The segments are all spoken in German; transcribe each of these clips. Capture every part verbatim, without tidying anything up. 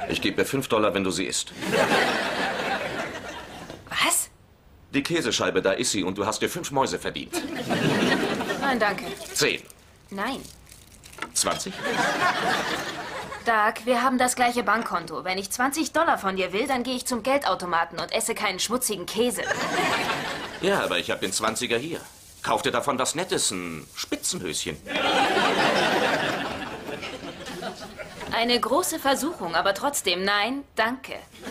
Ich gebe dir fünf Dollar, wenn du sie isst. Was? Die Käsescheibe, da ist sie und du hast dir fünf Mäuse verdient. Nein, danke. Zehn. Nein. Zwanzig? Doug, wir haben das gleiche Bankkonto. Wenn ich zwanzig Dollar von dir will, dann gehe ich zum Geldautomaten und esse keinen schmutzigen Käse. Ja, aber ich habe den Zwanziger hier. Kauf dir davon was Nettes, ein Spitzenhöschen. Eine große Versuchung, aber trotzdem nein, danke.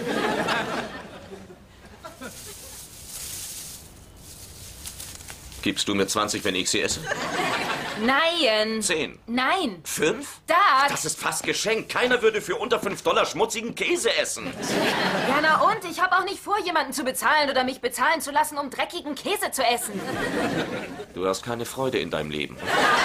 Gibst du mir zwanzig, wenn ich sie esse? Nein. Zehn. Nein. Fünf? Doug. Das ist fast geschenkt. Keiner würde für unter fünf Dollar schmutzigen Käse essen. Ja, na und? Ich habe auch nicht vor, jemanden zu bezahlen oder mich bezahlen zu lassen, um dreckigen Käse zu essen. Du hast keine Freude in deinem Leben.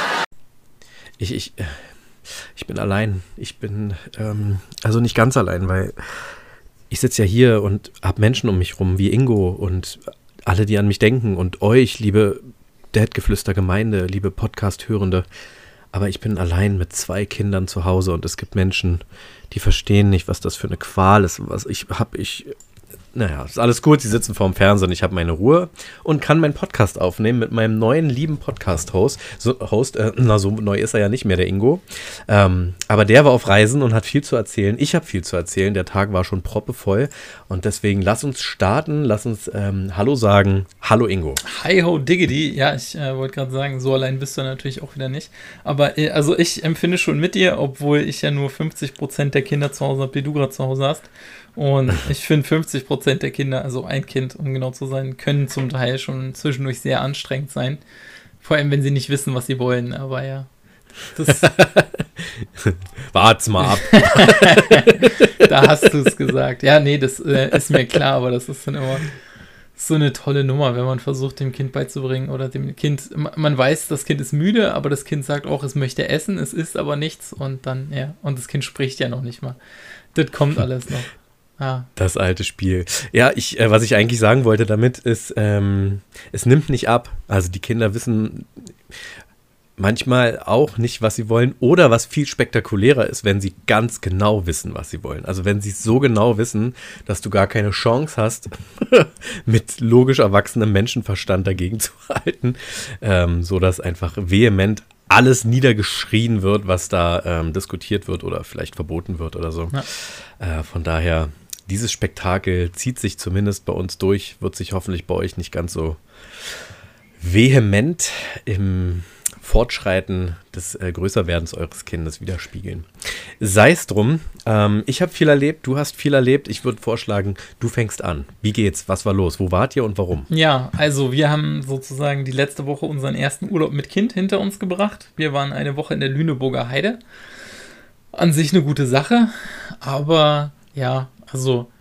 Ich, ich, ich bin allein. Ich bin, ähm, also nicht ganz allein, weil ich sitze ja hier und habe Menschen um mich rum, wie Ingo und alle, die an mich denken und euch, liebe Dad-Geflüster-Gemeinde, liebe Podcast-Hörende. Aber ich bin allein mit zwei Kindern zu Hause und es gibt Menschen, die verstehen nicht, was das für eine Qual ist. Was ich habe, ich, naja, ist alles gut, sie sitzen vorm Fernseher und ich habe meine Ruhe und kann meinen Podcast aufnehmen mit meinem neuen lieben Podcast-Host. So, Host, äh, na, so neu ist er ja nicht mehr, der Ingo. Ähm, aber der war auf Reisen und hat viel zu erzählen. Ich habe viel zu erzählen. Der Tag war schon proppevoll und deswegen lass uns starten, lass uns ähm, Hallo sagen. Hallo Ingo. Hi ho diggity. Ja, ich äh, wollte gerade sagen, so allein bist du natürlich auch wieder nicht. Aber äh, also ich empfinde schon mit dir, obwohl ich ja nur fünfzig Prozent der Kinder zu Hause habe, die du gerade zu Hause hast. Und ich finde fünfzig Prozent der Kinder, also ein Kind, um genau zu sein, können zum Teil schon zwischendurch sehr anstrengend sein. Vor allem, wenn sie nicht wissen, was sie wollen. Aber ja, das... Wart's mal ab. Da hast du es gesagt. Ja, nee, das äh, ist mir klar, aber das ist dann immer so eine tolle Nummer, wenn man versucht, dem Kind beizubringen oder dem Kind, man weiß, das Kind ist müde, aber das Kind sagt auch, es möchte essen, es isst aber nichts und dann, ja, und das Kind spricht ja noch nicht mal. Das kommt alles noch. Ah. Das alte Spiel. Ja, ich, äh, was ich eigentlich sagen wollte damit ist, ähm, es nimmt nicht ab. Also die Kinder wissen manchmal auch nicht, was sie wollen oder was viel spektakulärer ist, wenn sie ganz genau wissen, was sie wollen. Also wenn sie es so genau wissen, dass du gar keine Chance hast, mit logisch erwachsenem Menschenverstand dagegen zu halten, ähm, sodass einfach vehement alles niedergeschrien wird, was da ähm, diskutiert wird oder vielleicht verboten wird oder so. Ja. Äh, von daher, dieses Spektakel zieht sich zumindest bei uns durch, wird sich hoffentlich bei euch nicht ganz so vehement im Fortschreiten des äh, Größerwerdens eures Kindes widerspiegeln. Sei es drum, ähm, ich habe viel erlebt, du hast viel erlebt. Ich würde vorschlagen, du fängst an. Wie geht's? Was war los? Wo wart ihr und warum? Ja, also wir haben sozusagen die letzte Woche unseren ersten Urlaub mit Kind hinter uns gebracht. Wir waren eine Woche in der Lüneburger Heide. An sich eine gute Sache, aber ja, also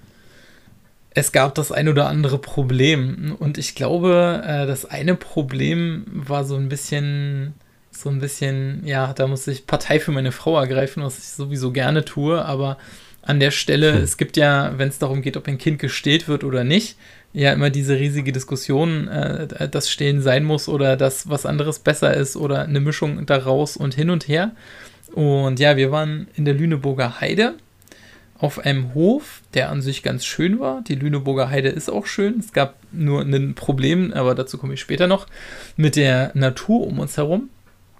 es gab das ein oder andere Problem und ich glaube, äh, das eine Problem war so ein bisschen, so ein bisschen, ja, da muss ich Partei für meine Frau ergreifen, was ich sowieso gerne tue, aber an der Stelle, hm. es gibt ja, wenn es darum geht, ob ein Kind gestillt wird oder nicht, ja immer diese riesige Diskussion, äh, dass Stillen sein muss oder dass was anderes besser ist oder eine Mischung daraus und hin und her. Und ja, wir waren in der Lüneburger Heide auf einem Hof, der an sich ganz schön war. Die Lüneburger Heide ist auch schön. Es gab nur ein Problem, aber dazu komme ich später noch, mit der Natur um uns herum.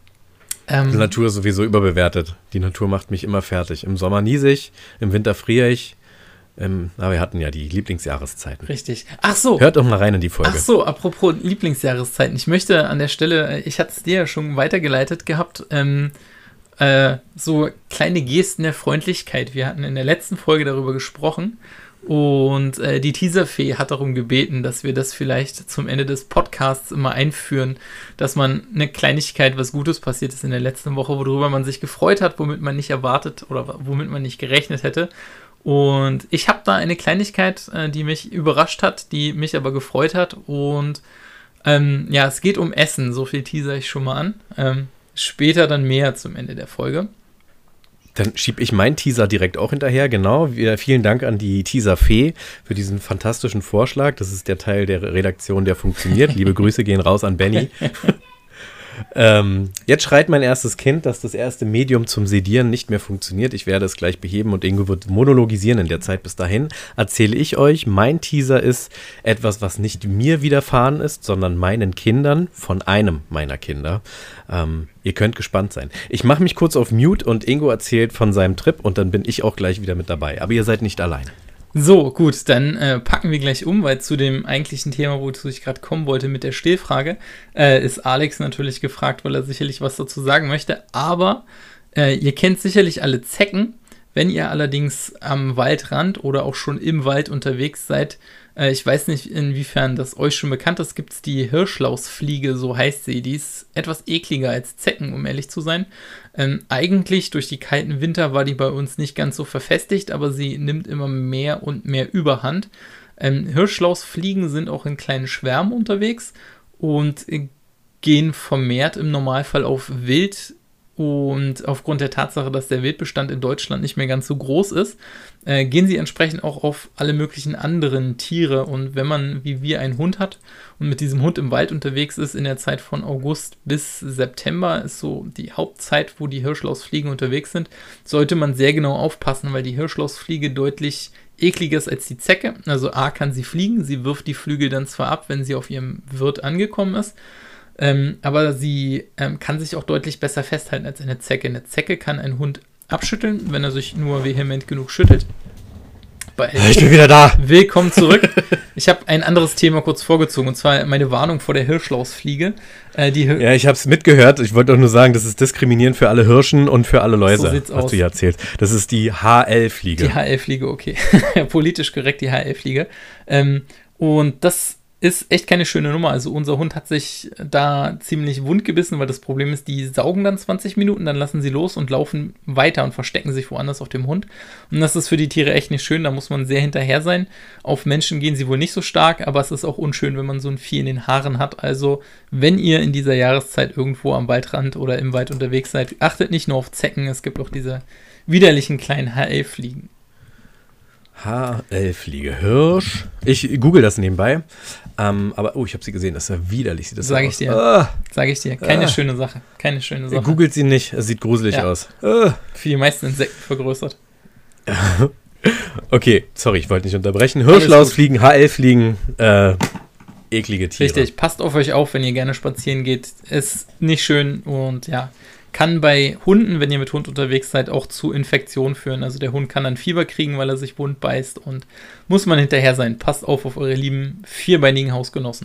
Ähm, Die Natur ist sowieso überbewertet. Die Natur macht mich immer fertig. Im Sommer niesig, im Winter friere ich. Ähm, aber wir hatten ja die Lieblingsjahreszeiten. Richtig. Ach so. Hört doch mal rein in die Folge. Ach so, apropos Lieblingsjahreszeiten. Ich möchte an der Stelle, ich hatte es dir ja schon weitergeleitet gehabt, ähm, äh, so kleine Gesten der Freundlichkeit. Wir hatten in der letzten Folge darüber gesprochen und äh, die Teaserfee hat darum gebeten, dass wir das vielleicht zum Ende des Podcasts immer einführen, dass man eine Kleinigkeit, was Gutes passiert ist in der letzten Woche, worüber man sich gefreut hat, womit man nicht erwartet oder womit man nicht gerechnet hätte. Und ich habe da eine Kleinigkeit, äh, die mich überrascht hat, die mich aber gefreut hat. Und ähm, ja, es geht um Essen, so viel teaser ich schon mal an. Ähm, später dann mehr zum Ende der Folge. Dann schiebe ich meinen Teaser direkt auch hinterher, genau. Wir, vielen Dank an die Teaser-Fee für diesen fantastischen Vorschlag. Das ist der Teil der Redaktion, der funktioniert. Liebe Grüße gehen raus an Benny. Ähm, jetzt schreit mein erstes Kind, dass das erste Medium zum Sedieren nicht mehr funktioniert. Ich werde es gleich beheben und Ingo wird monologisieren in der Zeit. Bis dahin erzähle ich euch, mein Teaser ist etwas, was nicht mir widerfahren ist, sondern meinen Kindern von einem meiner Kinder. Ähm, ihr könnt gespannt sein. Ich mache mich kurz auf Mute und Ingo erzählt von seinem Trip und dann bin ich auch gleich wieder mit dabei. Aber ihr seid nicht allein. So, gut, dann äh, packen wir gleich um, weil zu dem eigentlichen Thema, wozu ich gerade kommen wollte mit der Stillfrage, äh, ist Alex natürlich gefragt, weil er sicherlich was dazu sagen möchte. Aber äh, ihr kennt sicherlich alle Zecken. Wenn ihr allerdings am Waldrand oder auch schon im Wald unterwegs seid, äh, ich weiß nicht, inwiefern das euch schon bekannt ist, gibt es die Hirschlausfliege, so heißt sie. Die ist etwas ekliger als Zecken, um ehrlich zu sein. Ähm, eigentlich durch die kalten Winter war die bei uns nicht ganz so verfestigt, aber sie nimmt immer mehr und mehr Überhand. Ähm, Hirschlausfliegen sind auch in kleinen Schwärmen unterwegs und äh, gehen vermehrt im Normalfall auf Wild. Und aufgrund der Tatsache, dass der Wildbestand in Deutschland nicht mehr ganz so groß ist, äh, gehen sie entsprechend auch auf alle möglichen anderen Tiere. Und wenn man, wie wir, einen Hund hat und mit diesem Hund im Wald unterwegs ist, in der Zeit von August bis September, ist so die Hauptzeit, wo die Hirschlausfliegen unterwegs sind, sollte man sehr genau aufpassen, weil die Hirschlausfliege deutlich ekliger ist als die Zecke. Also A, kann sie fliegen, sie wirft die Flügel dann zwar ab, wenn sie auf ihrem Wirt angekommen ist, Ähm, aber sie ähm, kann sich auch deutlich besser festhalten als eine Zecke. Eine Zecke kann ein Hund abschütteln, wenn er sich nur vehement genug schüttelt. Bei Ich bin wieder da. Willkommen zurück. Ich habe ein anderes Thema kurz vorgezogen, und zwar meine Warnung vor der Hirschlausfliege. Äh, die Hir- Ja, ich habe es mitgehört. Ich wollte auch nur sagen, das ist diskriminierend für alle Hirschen und für alle Läuse, So sieht's was aus. du hier erzählst. Das ist die H L-Fliege. Die H L-Fliege, okay. Politisch korrekt, die H L-Fliege. Ähm, und das ist echt keine schöne Nummer. Also unser Hund hat sich da ziemlich wund gebissen, weil das Problem ist, die saugen dann zwanzig Minuten, dann lassen sie los und laufen weiter und verstecken sich woanders auf dem Hund. Und das ist für die Tiere echt nicht schön, da muss man sehr hinterher sein. Auf Menschen gehen sie wohl nicht so stark, aber es ist auch unschön, wenn man so ein Vieh in den Haaren hat. Also wenn ihr in dieser Jahreszeit irgendwo am Waldrand oder im Wald unterwegs seid, achtet nicht nur auf Zecken, es gibt auch diese widerlichen kleinen H L-Fliegen. H L-Fliege. Hirsch. Ich google das nebenbei. Ähm, aber, oh, ich habe sie gesehen. Das ist ja widerlich. Sieht das Sag aus. ich dir. Ah, Sag ich dir. Keine Ah. schöne Sache. Keine schöne Sache. googelt sie nicht. Es sieht gruselig Ja. aus. Ah. Für die meisten Insekten vergrößert. Okay, sorry, ich wollte nicht unterbrechen. Alles Hirschlausfliegen, H L-Fliegen, äh, eklige Tiere. Richtig. Passt auf euch auf, wenn ihr gerne spazieren geht. Ist nicht schön und ja, kann bei Hunden, wenn ihr mit Hund unterwegs seid, auch zu Infektionen führen. Also der Hund kann dann Fieber kriegen, weil er sich wund beißt und muss man hinterher sein. Passt auf auf eure lieben vierbeinigen Hausgenossen.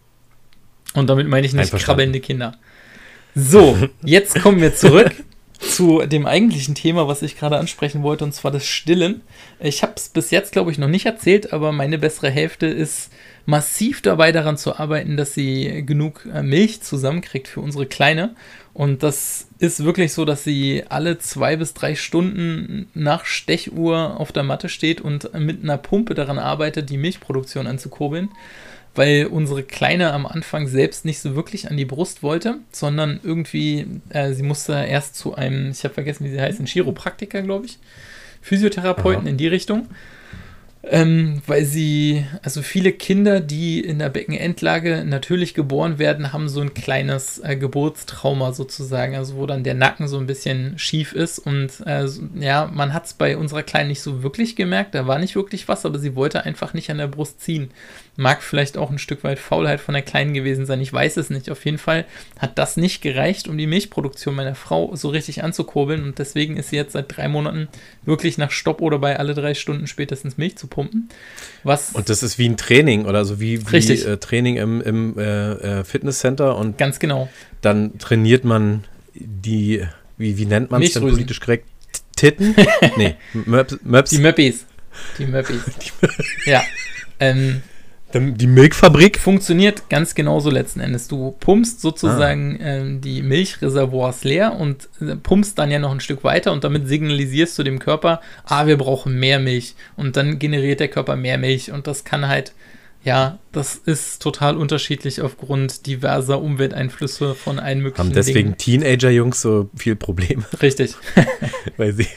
Und damit meine ich nicht Einverstanden. krabbelnde Kinder. So, jetzt kommen wir zurück zu dem eigentlichen Thema, was ich gerade ansprechen wollte, und zwar das Stillen. Ich habe es bis jetzt, glaube ich, noch nicht erzählt, aber meine bessere Hälfte ist massiv dabei, daran zu arbeiten, dass sie genug äh, Milch zusammenkriegt für unsere Kleine. Und das ist wirklich so, dass sie alle zwei bis drei Stunden nach Stechuhr auf der Matte steht und mit einer Pumpe daran arbeitet, die Milchproduktion anzukurbeln, weil unsere Kleine am Anfang selbst nicht so wirklich an die Brust wollte, sondern irgendwie, äh, sie musste erst zu einem, ich habe vergessen, wie sie heißt, ein Chiropraktiker, glaube ich, Physiotherapeuten Aha. in die Richtung. Ähm, weil sie, also viele Kinder, die in der Beckenendlage natürlich geboren werden, haben so ein kleines äh, Geburtstrauma sozusagen, also wo dann der Nacken so ein bisschen schief ist und äh, so, ja, man hat es bei unserer Kleinen nicht so wirklich gemerkt, da war nicht wirklich was, aber sie wollte einfach nicht an der Brust ziehen. Mag vielleicht auch ein Stück weit Faulheit von der Kleinen gewesen sein, ich weiß es nicht. Auf jeden Fall hat das nicht gereicht, um die Milchproduktion meiner Frau so richtig anzukurbeln und deswegen ist sie jetzt seit drei Monaten wirklich nach Stopp oder bei alle drei Stunden spätestens Milch zu pumpen. Was Und das ist wie ein Training oder so wie, wie Richtig. äh, Training im, im äh, äh, Fitnesscenter und ganz genau. dann trainiert die, wie, wie nennt man es denn Milchrösen. politisch korrekt? Titten? Nee, Möps. Möps. Die Möppis. Die Möppis. Ja. Ähm, Die Milchfabrik? funktioniert ganz genauso letzten Endes. Du pumpst sozusagen ähm, die Milchreservoirs leer und äh, pumpst dann ja noch ein Stück weiter und damit signalisierst du dem Körper, ah, wir brauchen mehr Milch. Und dann generiert der Körper mehr Milch und das kann halt, ja, das ist total unterschiedlich aufgrund diverser Umwelteinflüsse von allen möglichen Haben deswegen Dingen. Teenager-Jungs so viel Probleme, Richtig. weil sie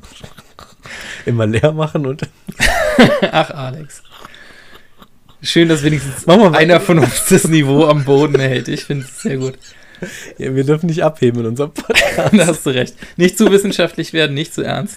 immer leer machen und Ach, Alex. Schön, dass wenigstens Machen wir weiter. einer von uns das Niveau am Boden hält. Ich finde es sehr gut. Ja, wir dürfen nicht abheben in unserem Podcast. Da hast du recht. Nicht zu wissenschaftlich werden, nicht zu ernst.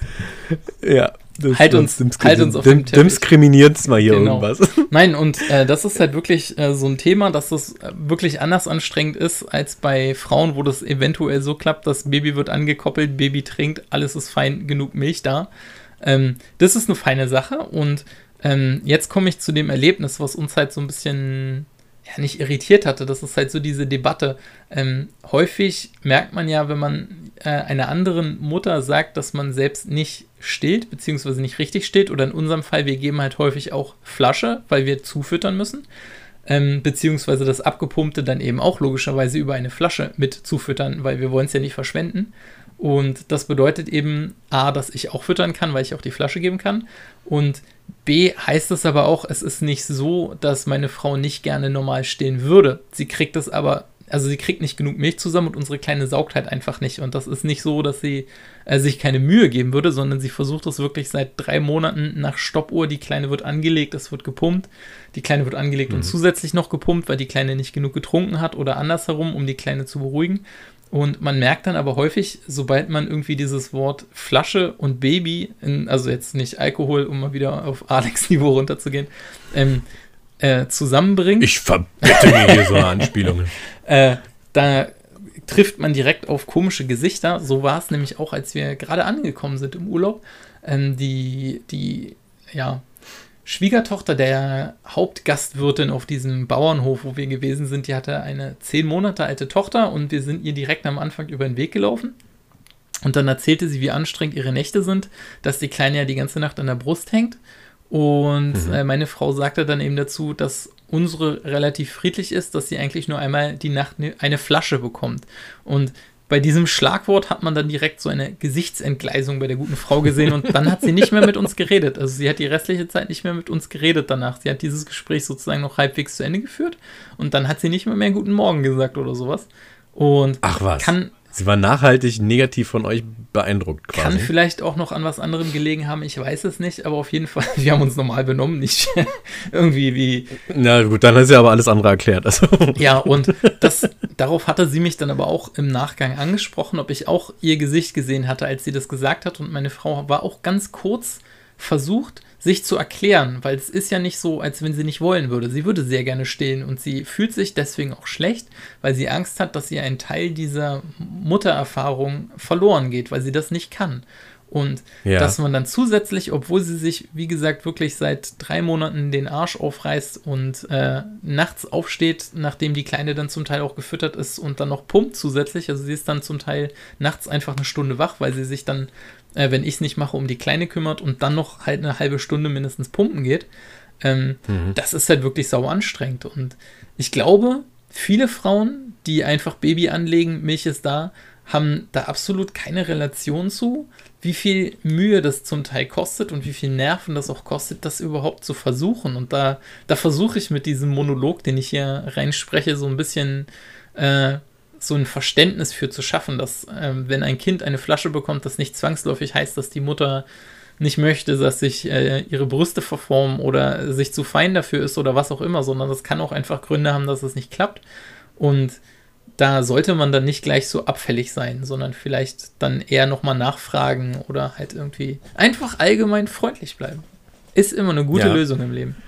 Ja. Das Halt uns, halt uns auf dem Teppich. Diskriminiert's mal hier genau. irgendwas. Nein, und äh, das ist halt wirklich äh, so ein Thema, dass das äh, wirklich anders anstrengend ist als bei Frauen, wo das eventuell so klappt, das Baby wird angekoppelt, Baby trinkt, alles ist fein, genug Milch da. Ähm, das ist eine feine Sache und ähm, jetzt komme ich zu dem Erlebnis, was uns halt so ein bisschen ja nicht irritiert hatte. Das ist halt so diese Debatte. Ähm, häufig merkt man ja, wenn man äh, einer anderen Mutter sagt, dass man selbst nicht stillt, beziehungsweise nicht richtig stillt, oder in unserem Fall, wir geben halt häufig auch Flasche, weil wir zufüttern müssen, ähm, beziehungsweise das Abgepumpte dann eben auch logischerweise über eine Flasche mit zufüttern, weil wir wollen es ja nicht verschwenden. Und das bedeutet eben A, dass ich auch füttern kann, weil ich auch die Flasche geben kann, und B, heißt es aber auch, es ist nicht so, dass meine Frau nicht gerne normal stillen würde. Sie kriegt es aber, also sie kriegt nicht genug Milch zusammen und unsere Kleine saugt halt einfach nicht. Und das ist nicht so, dass sie äh, sich keine Mühe geben würde, sondern sie versucht es wirklich seit drei Monaten nach Stoppuhr. Die Kleine wird angelegt, es wird gepumpt. Die Kleine wird angelegt mhm. und zusätzlich noch gepumpt, weil die Kleine nicht genug getrunken hat oder andersherum, um die Kleine zu beruhigen. Und man merkt dann aber häufig, sobald man irgendwie dieses Wort Flasche und Baby, in, also jetzt nicht Alkohol, um mal wieder auf Alex-Niveau runterzugehen, ähm, äh, zusammenbringt. Ich verbitte mir hier so Anspielungen. äh, da trifft man direkt auf komische Gesichter. So war es nämlich auch, als wir gerade angekommen sind im Urlaub. Ähm, die, die, ja, Schwiegertochter der Hauptgastwirtin auf diesem Bauernhof, wo wir gewesen sind, die hatte eine zehn Monate alte Tochter und wir sind ihr direkt am Anfang über den Weg gelaufen. Und dann erzählte sie, wie anstrengend ihre Nächte sind, dass die Kleine ja die ganze Nacht an der Brust hängt. Und mhm. äh, meine Frau sagte dann eben dazu, dass unsere relativ friedlich ist, dass sie eigentlich nur einmal die Nacht ne, eine Flasche bekommt. Und bei diesem Schlagwort hat man dann direkt so eine Gesichtsentgleisung bei der guten Frau gesehen und dann hat sie nicht mehr mit uns geredet. Also sie hat die restliche Zeit nicht mehr mit uns geredet danach. Sie hat dieses Gespräch sozusagen noch halbwegs zu Ende geführt und dann hat sie nicht mehr mehr guten Morgen gesagt oder sowas. Und Ach was, kann, sie war nachhaltig negativ von euch beeindruckt quasi. Kann vielleicht auch noch an was anderem gelegen haben, ich weiß es nicht, aber auf jeden Fall, wir haben uns normal benommen, nicht irgendwie wie... Na gut, dann ist ja aber alles andere erklärt. Also. Ja, und das, darauf hatte sie mich dann aber auch im Nachgang angesprochen, ob ich auch ihr Gesicht gesehen hatte, als sie das gesagt hat, und meine Frau war auch ganz kurz versucht, sich zu erklären, weil es ist ja nicht so, als wenn sie nicht wollen würde. Sie würde sehr gerne stillen und sie fühlt sich deswegen auch schlecht, weil sie Angst hat, dass ihr ein Teil dieser Muttererfahrung verloren geht, weil sie das nicht kann. Und ja. dass man dann zusätzlich, obwohl sie sich, wie gesagt, wirklich seit drei Monaten den Arsch aufreißt und äh, nachts aufsteht, nachdem die Kleine dann zum Teil auch gefüttert ist und dann noch pumpt zusätzlich, also sie ist dann zum Teil nachts einfach eine Stunde wach, weil sie sich dann, äh, wenn ich es nicht mache, um die Kleine kümmert und dann noch halt eine halbe Stunde mindestens pumpen geht. Ähm, mhm. Das ist halt wirklich sau anstrengend. Und ich glaube, viele Frauen, die einfach Baby anlegen, Milch ist da, haben da absolut keine Relation zu, wie viel Mühe das zum Teil kostet und wie viel Nerven das auch kostet, das überhaupt zu versuchen. Und da, da versuche ich mit diesem Monolog, den ich hier reinspreche, so ein bisschen äh, so ein Verständnis für zu schaffen, dass äh, wenn ein Kind eine Flasche bekommt, das nicht zwangsläufig heißt, dass die Mutter nicht möchte, dass sich äh, ihre Brüste verformen oder sich zu fein dafür ist oder was auch immer, sondern das kann auch einfach Gründe haben, dass es nicht klappt. Und da sollte man dann nicht gleich so abfällig sein, sondern vielleicht dann eher nochmal nachfragen oder halt irgendwie einfach allgemein freundlich bleiben. Ist immer eine gute ja. Lösung im Leben.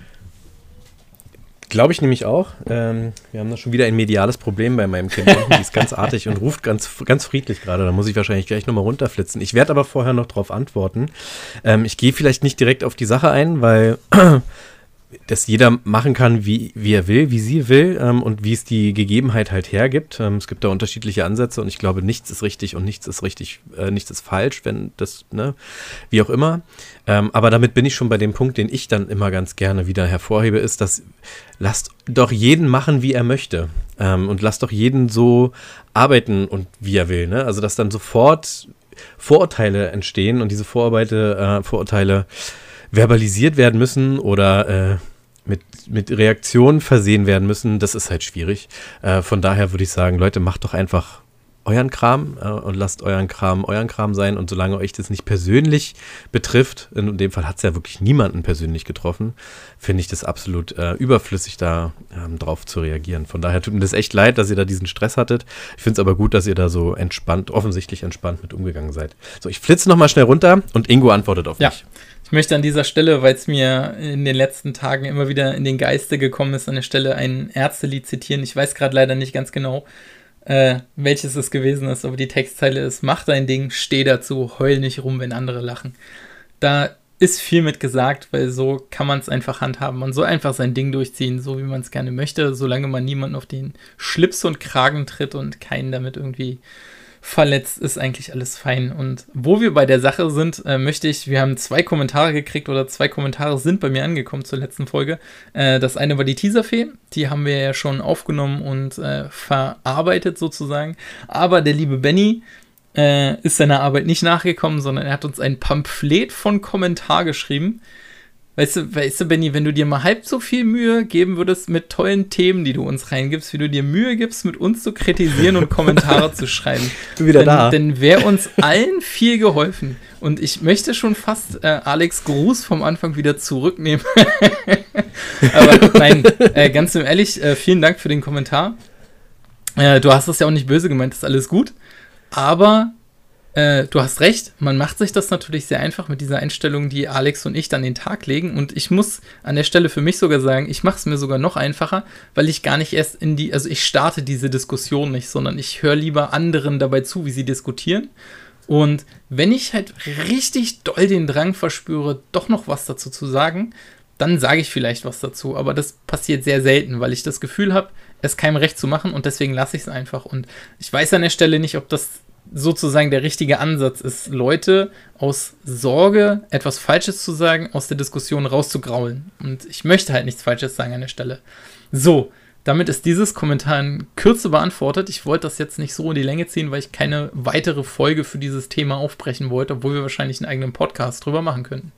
Glaube ich nämlich auch. Ähm, wir haben da schon wieder ein mediales Problem bei meinem Kind. Die ist ganz artig und ruft ganz, ganz friedlich gerade. Da muss ich wahrscheinlich gleich nochmal runterflitzen. Ich werde aber vorher noch drauf antworten. Ähm, ich gehe vielleicht nicht direkt auf die Sache ein, weil dass jeder machen kann, wie, wie er will, wie sie will ähm, und wie es die Gegebenheit halt hergibt. Ähm, es gibt da unterschiedliche Ansätze und ich glaube, nichts ist richtig und nichts ist richtig, äh, nichts ist falsch, wenn das, ne, wie auch immer. Ähm, aber damit bin ich schon bei dem Punkt, den ich dann immer ganz gerne wieder hervorhebe, ist, dass lasst doch jeden machen, wie er möchte ähm, und lasst doch jeden so arbeiten und wie er will. Ne? Also, dass dann sofort Vorurteile entstehen und diese Vorarbeite, äh, Vorurteile verbalisiert werden müssen oder äh, mit, mit Reaktionen versehen werden müssen, das ist halt schwierig. Äh, von daher würde ich sagen, Leute, macht doch einfach euren Kram äh, und lasst euren Kram euren Kram sein. Und solange euch das nicht persönlich betrifft, in dem Fall hat es ja wirklich niemanden persönlich getroffen, finde ich das absolut äh, überflüssig, da ähm, drauf zu reagieren. Von daher tut mir das echt leid, dass ihr da diesen Stress hattet. Ich finde es aber gut, dass ihr da so entspannt, offensichtlich entspannt mit umgegangen seid. So, ich flitze nochmal schnell runter und Ingo antwortet auf ja. mich. Ich möchte an dieser Stelle, weil es mir in den letzten Tagen immer wieder in den Geiste gekommen ist, an der Stelle ein Ärztelied zitieren. Ich weiß gerade leider nicht ganz genau, äh, welches es gewesen ist, aber die Textzeile ist: Mach dein Ding, steh dazu, heul nicht rum, wenn andere lachen. Da ist viel mit gesagt, weil so kann man es einfach handhaben. Man soll einfach sein Ding durchziehen, so wie man es gerne möchte, solange man niemanden auf den Schlips und Kragen tritt und keinen damit irgendwie verletzt, ist eigentlich alles fein. Und wo wir bei der Sache sind, äh, möchte ich, wir haben zwei Kommentare gekriegt oder zwei Kommentare sind bei mir angekommen zur letzten Folge. Äh, das eine war die Teaserfee, die haben wir ja schon aufgenommen und äh, verarbeitet sozusagen. Aber der liebe Benny äh, ist seiner Arbeit nicht nachgekommen, sondern er hat uns ein Pamphlet von Kommentar geschrieben. Weißt du, weißt du, Benni, wenn du dir mal halb so viel Mühe geben würdest mit tollen Themen, die du uns reingibst, wie du dir Mühe gibst, mit uns zu kritisieren und Kommentare zu schreiben, du wieder dann, da. dann wäre uns allen viel geholfen. Und ich möchte schon fast äh, Alex' Gruß vom Anfang wieder zurücknehmen. Aber nein, äh, ganz im ehrlich, äh, vielen Dank für den Kommentar. Äh, du hast das ja auch nicht böse gemeint, das ist alles gut. Aber Äh, du hast recht, man macht sich das natürlich sehr einfach mit dieser Einstellung, die Alex und ich dann den Tag legen. Und ich muss an der Stelle für mich sogar sagen, ich mache es mir sogar noch einfacher, weil ich gar nicht erst in die, also ich starte diese Diskussion nicht, sondern ich höre lieber anderen dabei zu, wie sie diskutieren. Und wenn ich halt richtig doll den Drang verspüre, doch noch was dazu zu sagen, dann sage ich vielleicht was dazu. Aber das passiert sehr selten, weil ich das Gefühl habe, es keinem recht zu machen und deswegen lasse ich es einfach. Und ich weiß an der Stelle nicht, ob das sozusagen der richtige Ansatz ist, Leute aus Sorge, etwas Falsches zu sagen, aus der Diskussion rauszugraulen. Und ich möchte halt nichts Falsches sagen an der Stelle. So, damit ist dieses Kommentar in Kürze beantwortet. Ich wollte das jetzt nicht so in die Länge ziehen, weil ich keine weitere Folge für dieses Thema aufbrechen wollte, obwohl wir wahrscheinlich einen eigenen Podcast drüber machen könnten.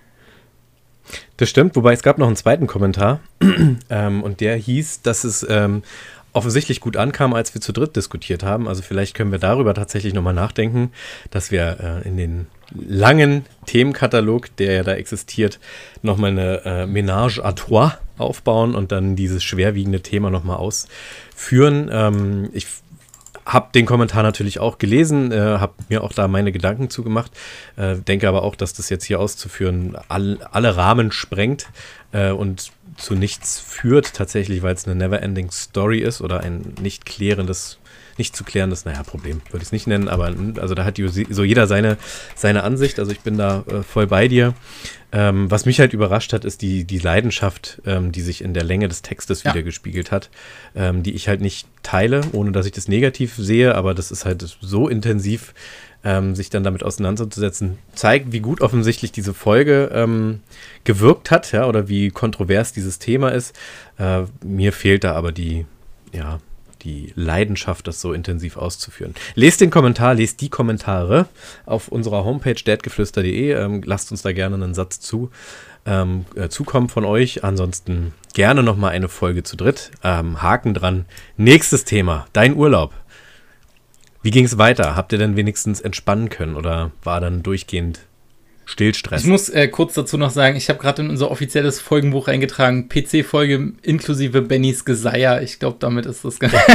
Das stimmt, wobei es gab noch einen zweiten Kommentar ähm, und der hieß, dass es ähm, offensichtlich gut ankam, als wir zu dritt diskutiert haben. Also vielleicht können wir darüber tatsächlich nochmal nachdenken, dass wir äh, in den langen Themenkatalog, der ja da existiert, nochmal eine äh, Ménage à trois aufbauen und dann dieses schwerwiegende Thema nochmal ausführen. Ähm, ich habe den Kommentar natürlich auch gelesen, äh, habe mir auch da meine Gedanken zugemacht, äh, denke aber auch, dass das jetzt hier auszuführen all, alle Rahmen sprengt äh, und zu nichts führt, tatsächlich, weil es eine never-ending Story ist oder ein nicht klärendes, nicht zu klärendes, naja, Problem würde ich es nicht nennen, aber also da hat die, so jeder seine, seine Ansicht, also ich bin da äh, voll bei dir. Ähm, was mich halt überrascht hat, ist die, die Leidenschaft, ähm, die sich in der Länge des Textes ja. wieder gespiegelt hat, ähm, die ich halt nicht teile, ohne dass ich das negativ sehe, aber das ist halt so intensiv, ähm, sich dann damit auseinanderzusetzen, zeigt, wie gut offensichtlich diese Folge ähm, gewirkt hat, ja, oder wie kontrovers dieses Thema ist. Äh, mir fehlt da aber die, ja, die Leidenschaft, das so intensiv auszuführen. Lest den Kommentar, lest die Kommentare auf unserer Homepage dadgeflüster punkt de. Ähm, lasst uns da gerne einen Satz zu ähm, äh, zukommen von euch. Ansonsten gerne nochmal eine Folge zu dritt. Ähm, Haken dran. Nächstes Thema, dein Urlaub. Wie ging es weiter? Habt ihr denn wenigstens entspannen können oder war dann durchgehend Stillstress? Ich muss äh, kurz dazu noch sagen, ich habe gerade in unser offizielles Folgenbuch eingetragen, P C-Folge inklusive Bennys Geseier. Ich glaube, damit ist das ganz...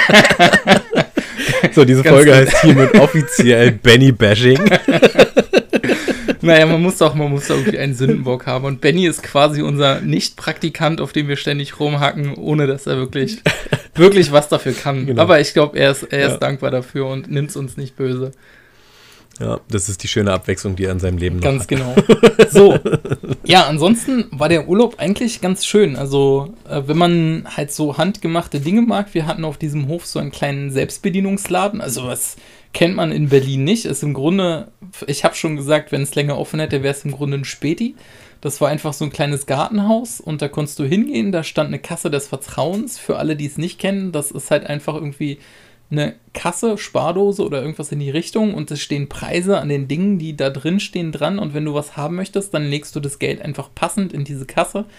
So, diese Folge gut. Heißt hiermit offiziell Benny-Bashing. Naja, man muss doch, man muss doch irgendwie einen Sündenbock haben. Und Benny ist quasi unser Nicht-Praktikant, auf dem wir ständig rumhacken, ohne dass er wirklich, wirklich was dafür kann. Genau. Aber ich glaube, er ist, er ist ja. dankbar dafür und nimmt es uns nicht böse. Ja, das ist die schöne Abwechslung, die er in seinem Leben noch ganz hat. Ganz genau. So, ja, ansonsten war der Urlaub eigentlich ganz schön. Also, äh, wenn man halt so handgemachte Dinge mag, wir hatten auf diesem Hof so einen kleinen Selbstbedienungsladen. Also, was kennt man in Berlin nicht. Ist im Grunde, ich habe schon gesagt, wenn es länger offen hätte, wäre es im Grunde ein Späti. Das war einfach so ein kleines Gartenhaus und da konntest du hingehen. Da stand eine Kasse des Vertrauens. Für alle, die es nicht kennen, das ist halt einfach irgendwie eine Kasse, Spardose oder irgendwas in die Richtung und es stehen Preise an den Dingen, die da drin stehen, dran und wenn du was haben möchtest, dann legst du das Geld einfach passend in diese Kasse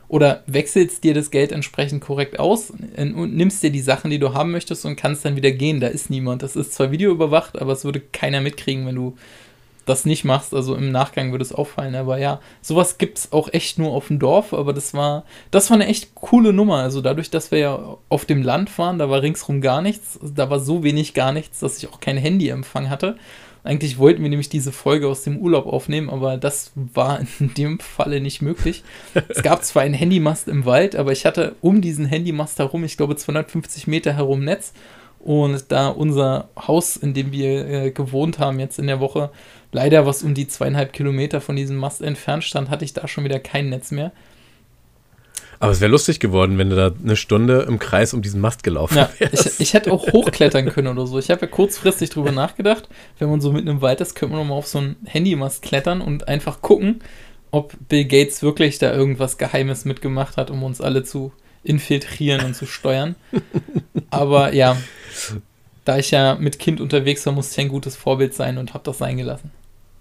oder wechselst dir das Geld entsprechend korrekt aus und nimmst dir die Sachen, die du haben möchtest und kannst dann wieder gehen. Da ist niemand. Das ist zwar videoüberwacht, aber es würde keiner mitkriegen, wenn du das nicht machst. Also im Nachgang würde es auffallen. Aber ja, sowas gibt es auch echt nur auf dem Dorf. Aber das war, das war eine echt coole Nummer. Also dadurch, dass wir ja auf dem Land waren, da war ringsrum gar nichts. Da war so wenig gar nichts, dass ich auch kein Handyempfang hatte. Eigentlich wollten wir nämlich diese Folge aus dem Urlaub aufnehmen, aber das war in dem Falle nicht möglich. Es gab zwar einen Handymast im Wald, aber ich hatte um diesen Handymast herum, ich glaube zweihundertfünfzig Meter herum Netz. Und da unser Haus, in dem wir äh, gewohnt haben jetzt in der Woche, leider was um die zweieinhalb Kilometer von diesem Mast entfernt stand, hatte ich da schon wieder kein Netz mehr. Aber es wäre lustig geworden, wenn du da eine Stunde im Kreis um diesen Mast gelaufen ja, wärst. Ich, ich hätte auch hochklettern können oder so. Ich habe ja kurzfristig drüber nachgedacht, wenn man so mitten im Wald ist, könnte man nochmal auf so einen Handymast klettern und einfach gucken, ob Bill Gates wirklich da irgendwas Geheimes mitgemacht hat, um uns alle zu infiltrieren und zu steuern. Aber ja, da ich ja mit Kind unterwegs war, musste ich ein gutes Vorbild sein und habe das sein gelassen.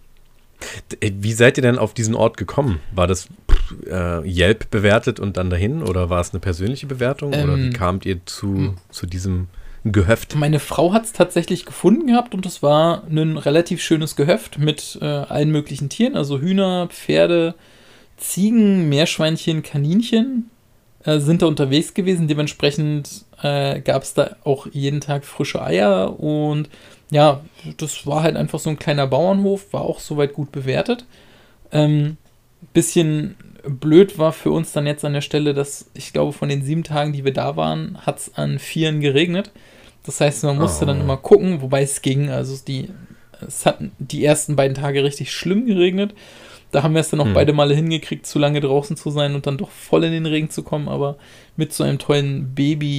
Wie seid ihr denn auf diesen Ort gekommen? War das äh, Yelp bewertet und dann dahin? Oder war es eine persönliche Bewertung? Ähm, oder wie kamt ihr zu, zu diesem Gehöft? Meine Frau hat es tatsächlich gefunden gehabt und es war ein relativ schönes Gehöft mit äh, allen möglichen Tieren. Also Hühner, Pferde, Ziegen, Meerschweinchen, Kaninchen äh, sind da unterwegs gewesen. Dementsprechend äh, gab es da auch jeden Tag frische Eier und ja, das war halt einfach so ein kleiner Bauernhof, war auch soweit gut bewertet. Ähm, bisschen blöd war für uns dann jetzt an der Stelle, dass ich glaube, von den sieben Tagen, die wir da waren, hat es an vieren geregnet. Das heißt, man musste oh. dann immer gucken, wobei es ging. Also die, es hat die ersten beiden Tage richtig schlimm geregnet. Da haben wir es dann auch hm. beide Male hingekriegt, zu lange draußen zu sein und dann doch voll in den Regen zu kommen. Aber mit so einem tollen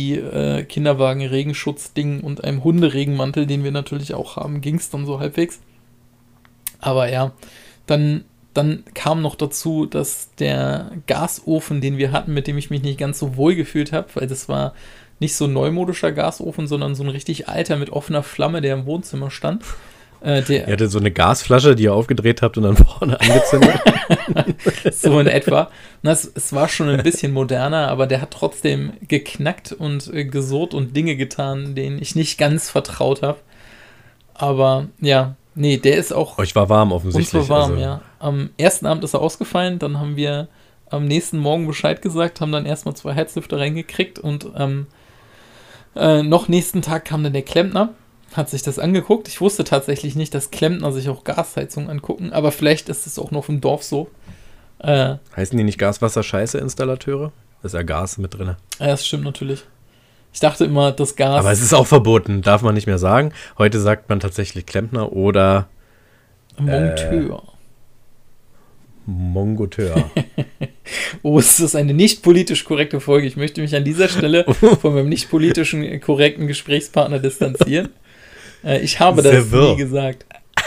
Baby-Kinderwagen-Regenschutzding und einem Hunderegenmantel, den wir natürlich auch haben, ging es dann so halbwegs. Aber ja, dann, dann kam noch dazu, dass der Gasofen, den wir hatten, mit dem ich mich nicht ganz so wohl gefühlt habe, weil das war nicht so ein neumodischer Gasofen, sondern so ein richtig alter mit offener Flamme, der im Wohnzimmer stand. Äh, der, ihr hattet so eine Gasflasche, die ihr aufgedreht habt und dann vorne angezündet. So in etwa. Na, es, es war schon ein bisschen moderner, aber der hat trotzdem geknackt und äh, gesurrt und Dinge getan, denen ich nicht ganz vertraut habe. Aber ja, nee, der ist auch... Euch war warm offensichtlich. Uns war warm, also. ja. Am ersten Abend ist er ausgefallen, dann haben wir am nächsten Morgen Bescheid gesagt, haben dann erstmal zwei Heizlüfter reingekriegt und am ähm, äh, noch nächsten Tag kam dann der Klempner, hat sich das angeguckt. Ich wusste tatsächlich nicht, dass Klempner sich auch Gasheizungen angucken, aber vielleicht ist es auch noch im Dorf so. Äh, Heißen die nicht Gaswasser-Scheiße-Installateure? Da ist ja Gas mit drin. Ja, das stimmt natürlich. Ich dachte immer, das Gas... Aber es ist auch verboten, darf man nicht mehr sagen. Heute sagt man tatsächlich Klempner oder... Monteur. Äh, Mongoteur. Oh, es ist eine nicht politisch korrekte Folge. Ich möchte mich an dieser Stelle von meinem nicht politischen korrekten Gesprächspartner distanzieren. Äh, ich habe Sehr das wirr. nie gesagt.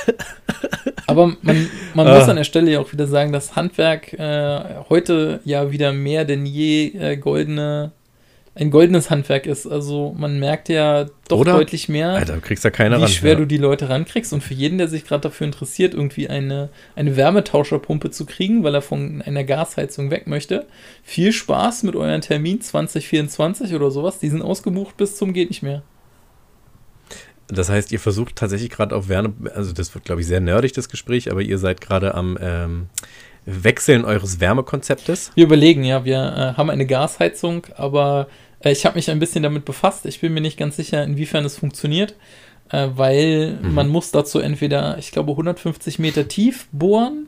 Aber man, man ah. muss an der Stelle ja auch wieder sagen, dass Handwerk äh, heute ja wieder mehr denn je äh, goldene, ein goldenes Handwerk ist. Also man merkt ja doch Oder? deutlich mehr, Alter, du kriegst ja keiner wie ran, schwer ja. du die Leute rankriegst. Und für jeden, der sich gerade dafür interessiert, irgendwie eine, eine Wärmetauscherpumpe zu kriegen, weil er von einer Gasheizung weg möchte, viel Spaß mit euren Termin zwanzig vierundzwanzig oder sowas. Die sind ausgebucht bis zum geht nicht mehr. Das heißt, ihr versucht tatsächlich gerade auf Wärme, also das wird, glaube ich, sehr nerdig, das Gespräch, aber ihr seid gerade am ähm, Wechseln eures Wärmekonzeptes. Wir überlegen, ja, wir äh, haben eine Gasheizung, aber äh, ich habe mich ein bisschen damit befasst. Ich bin mir nicht ganz sicher, inwiefern es funktioniert, äh, weil mhm. man muss dazu entweder, ich glaube, hundertfünfzig Meter tief bohren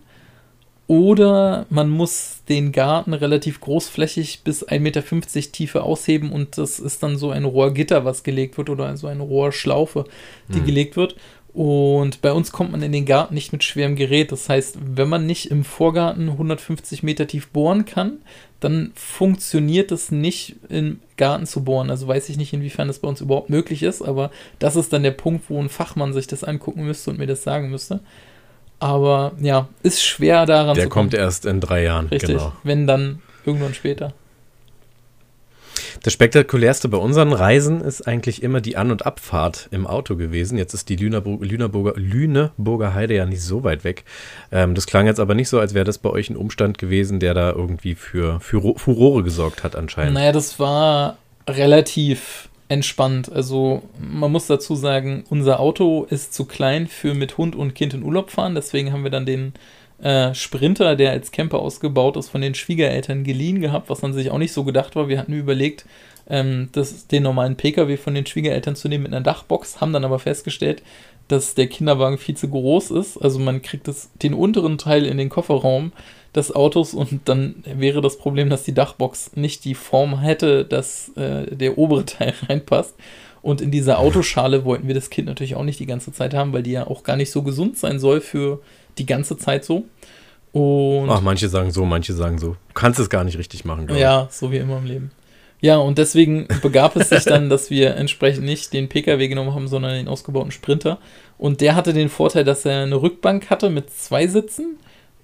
oder man muss den Garten relativ großflächig bis ein Meter fünfzig Tiefe ausheben und das ist dann so ein Rohrgitter, was gelegt wird oder so eine Rohrschlaufe, die mhm. gelegt wird. Und bei uns kommt man in den Garten nicht mit schwerem Gerät. Das heißt, wenn man nicht im Vorgarten hundertfünfzig Meter tief bohren kann, dann funktioniert es nicht, im Garten zu bohren. Also weiß ich nicht, inwiefern das bei uns überhaupt möglich ist, aber das ist dann der Punkt, wo ein Fachmann sich das angucken müsste und mir das sagen müsste. Aber ja, ist schwer daran Der zu kommen. kommt erst in drei Jahren, Richtig, genau. wenn dann irgendwann später. Das Spektakulärste bei unseren Reisen ist eigentlich immer die An- und Abfahrt im Auto gewesen. Jetzt ist die Lüneburg, Lüneburger, Lüneburger Heide ja nicht so weit weg. Ähm, das klang jetzt aber nicht so, als wäre das bei euch ein Umstand gewesen, der da irgendwie für, für Furore gesorgt hat anscheinend. Naja, das war relativ entspannt. Also man muss dazu sagen, unser Auto ist zu klein für mit Hund und Kind in Urlaub fahren. Deswegen haben wir dann den äh, Sprinter, der als Camper ausgebaut ist, von den Schwiegereltern geliehen gehabt, was an sich auch nicht so gedacht war. Wir hatten überlegt, ähm, das, den normalen Pkw von den Schwiegereltern zu nehmen mit einer Dachbox, haben dann aber festgestellt, dass der Kinderwagen viel zu groß ist. Also man kriegt das, den unteren Teil in den Kofferraum des Autos und dann wäre das Problem, dass die Dachbox nicht die Form hätte, dass äh, der obere Teil reinpasst. Und in dieser Autoschale wollten wir das Kind natürlich auch nicht die ganze Zeit haben, weil die ja auch gar nicht so gesund sein soll für die ganze Zeit so. Und Ach, manche sagen so, manche sagen so. Du kannst es gar nicht richtig machen, glaube ich. ja, so wie immer im Leben. Ja, und deswegen begab es sich dann, dass wir entsprechend nicht den Pkw genommen haben, sondern den ausgebauten Sprinter. Und der hatte den Vorteil, dass er eine Rückbank hatte mit zwei Sitzen.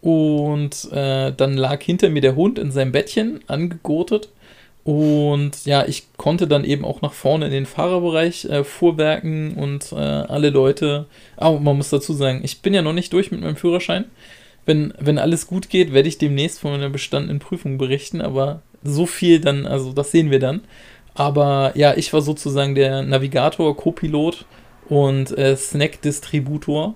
Und äh, dann lag hinter mir der Hund in seinem Bettchen angegurtet. Und ja, ich konnte dann eben auch nach vorne in den Fahrerbereich äh, fuhrwerken und äh, alle Leute. Aber man muss dazu sagen, ich bin ja noch nicht durch mit meinem Führerschein. Wenn, wenn alles gut geht, werde ich demnächst von meiner bestandenen Prüfung berichten. Aber so viel dann, also das sehen wir dann. Aber ja, ich war sozusagen der Navigator, Co-Pilot und äh, Snack-Distributor.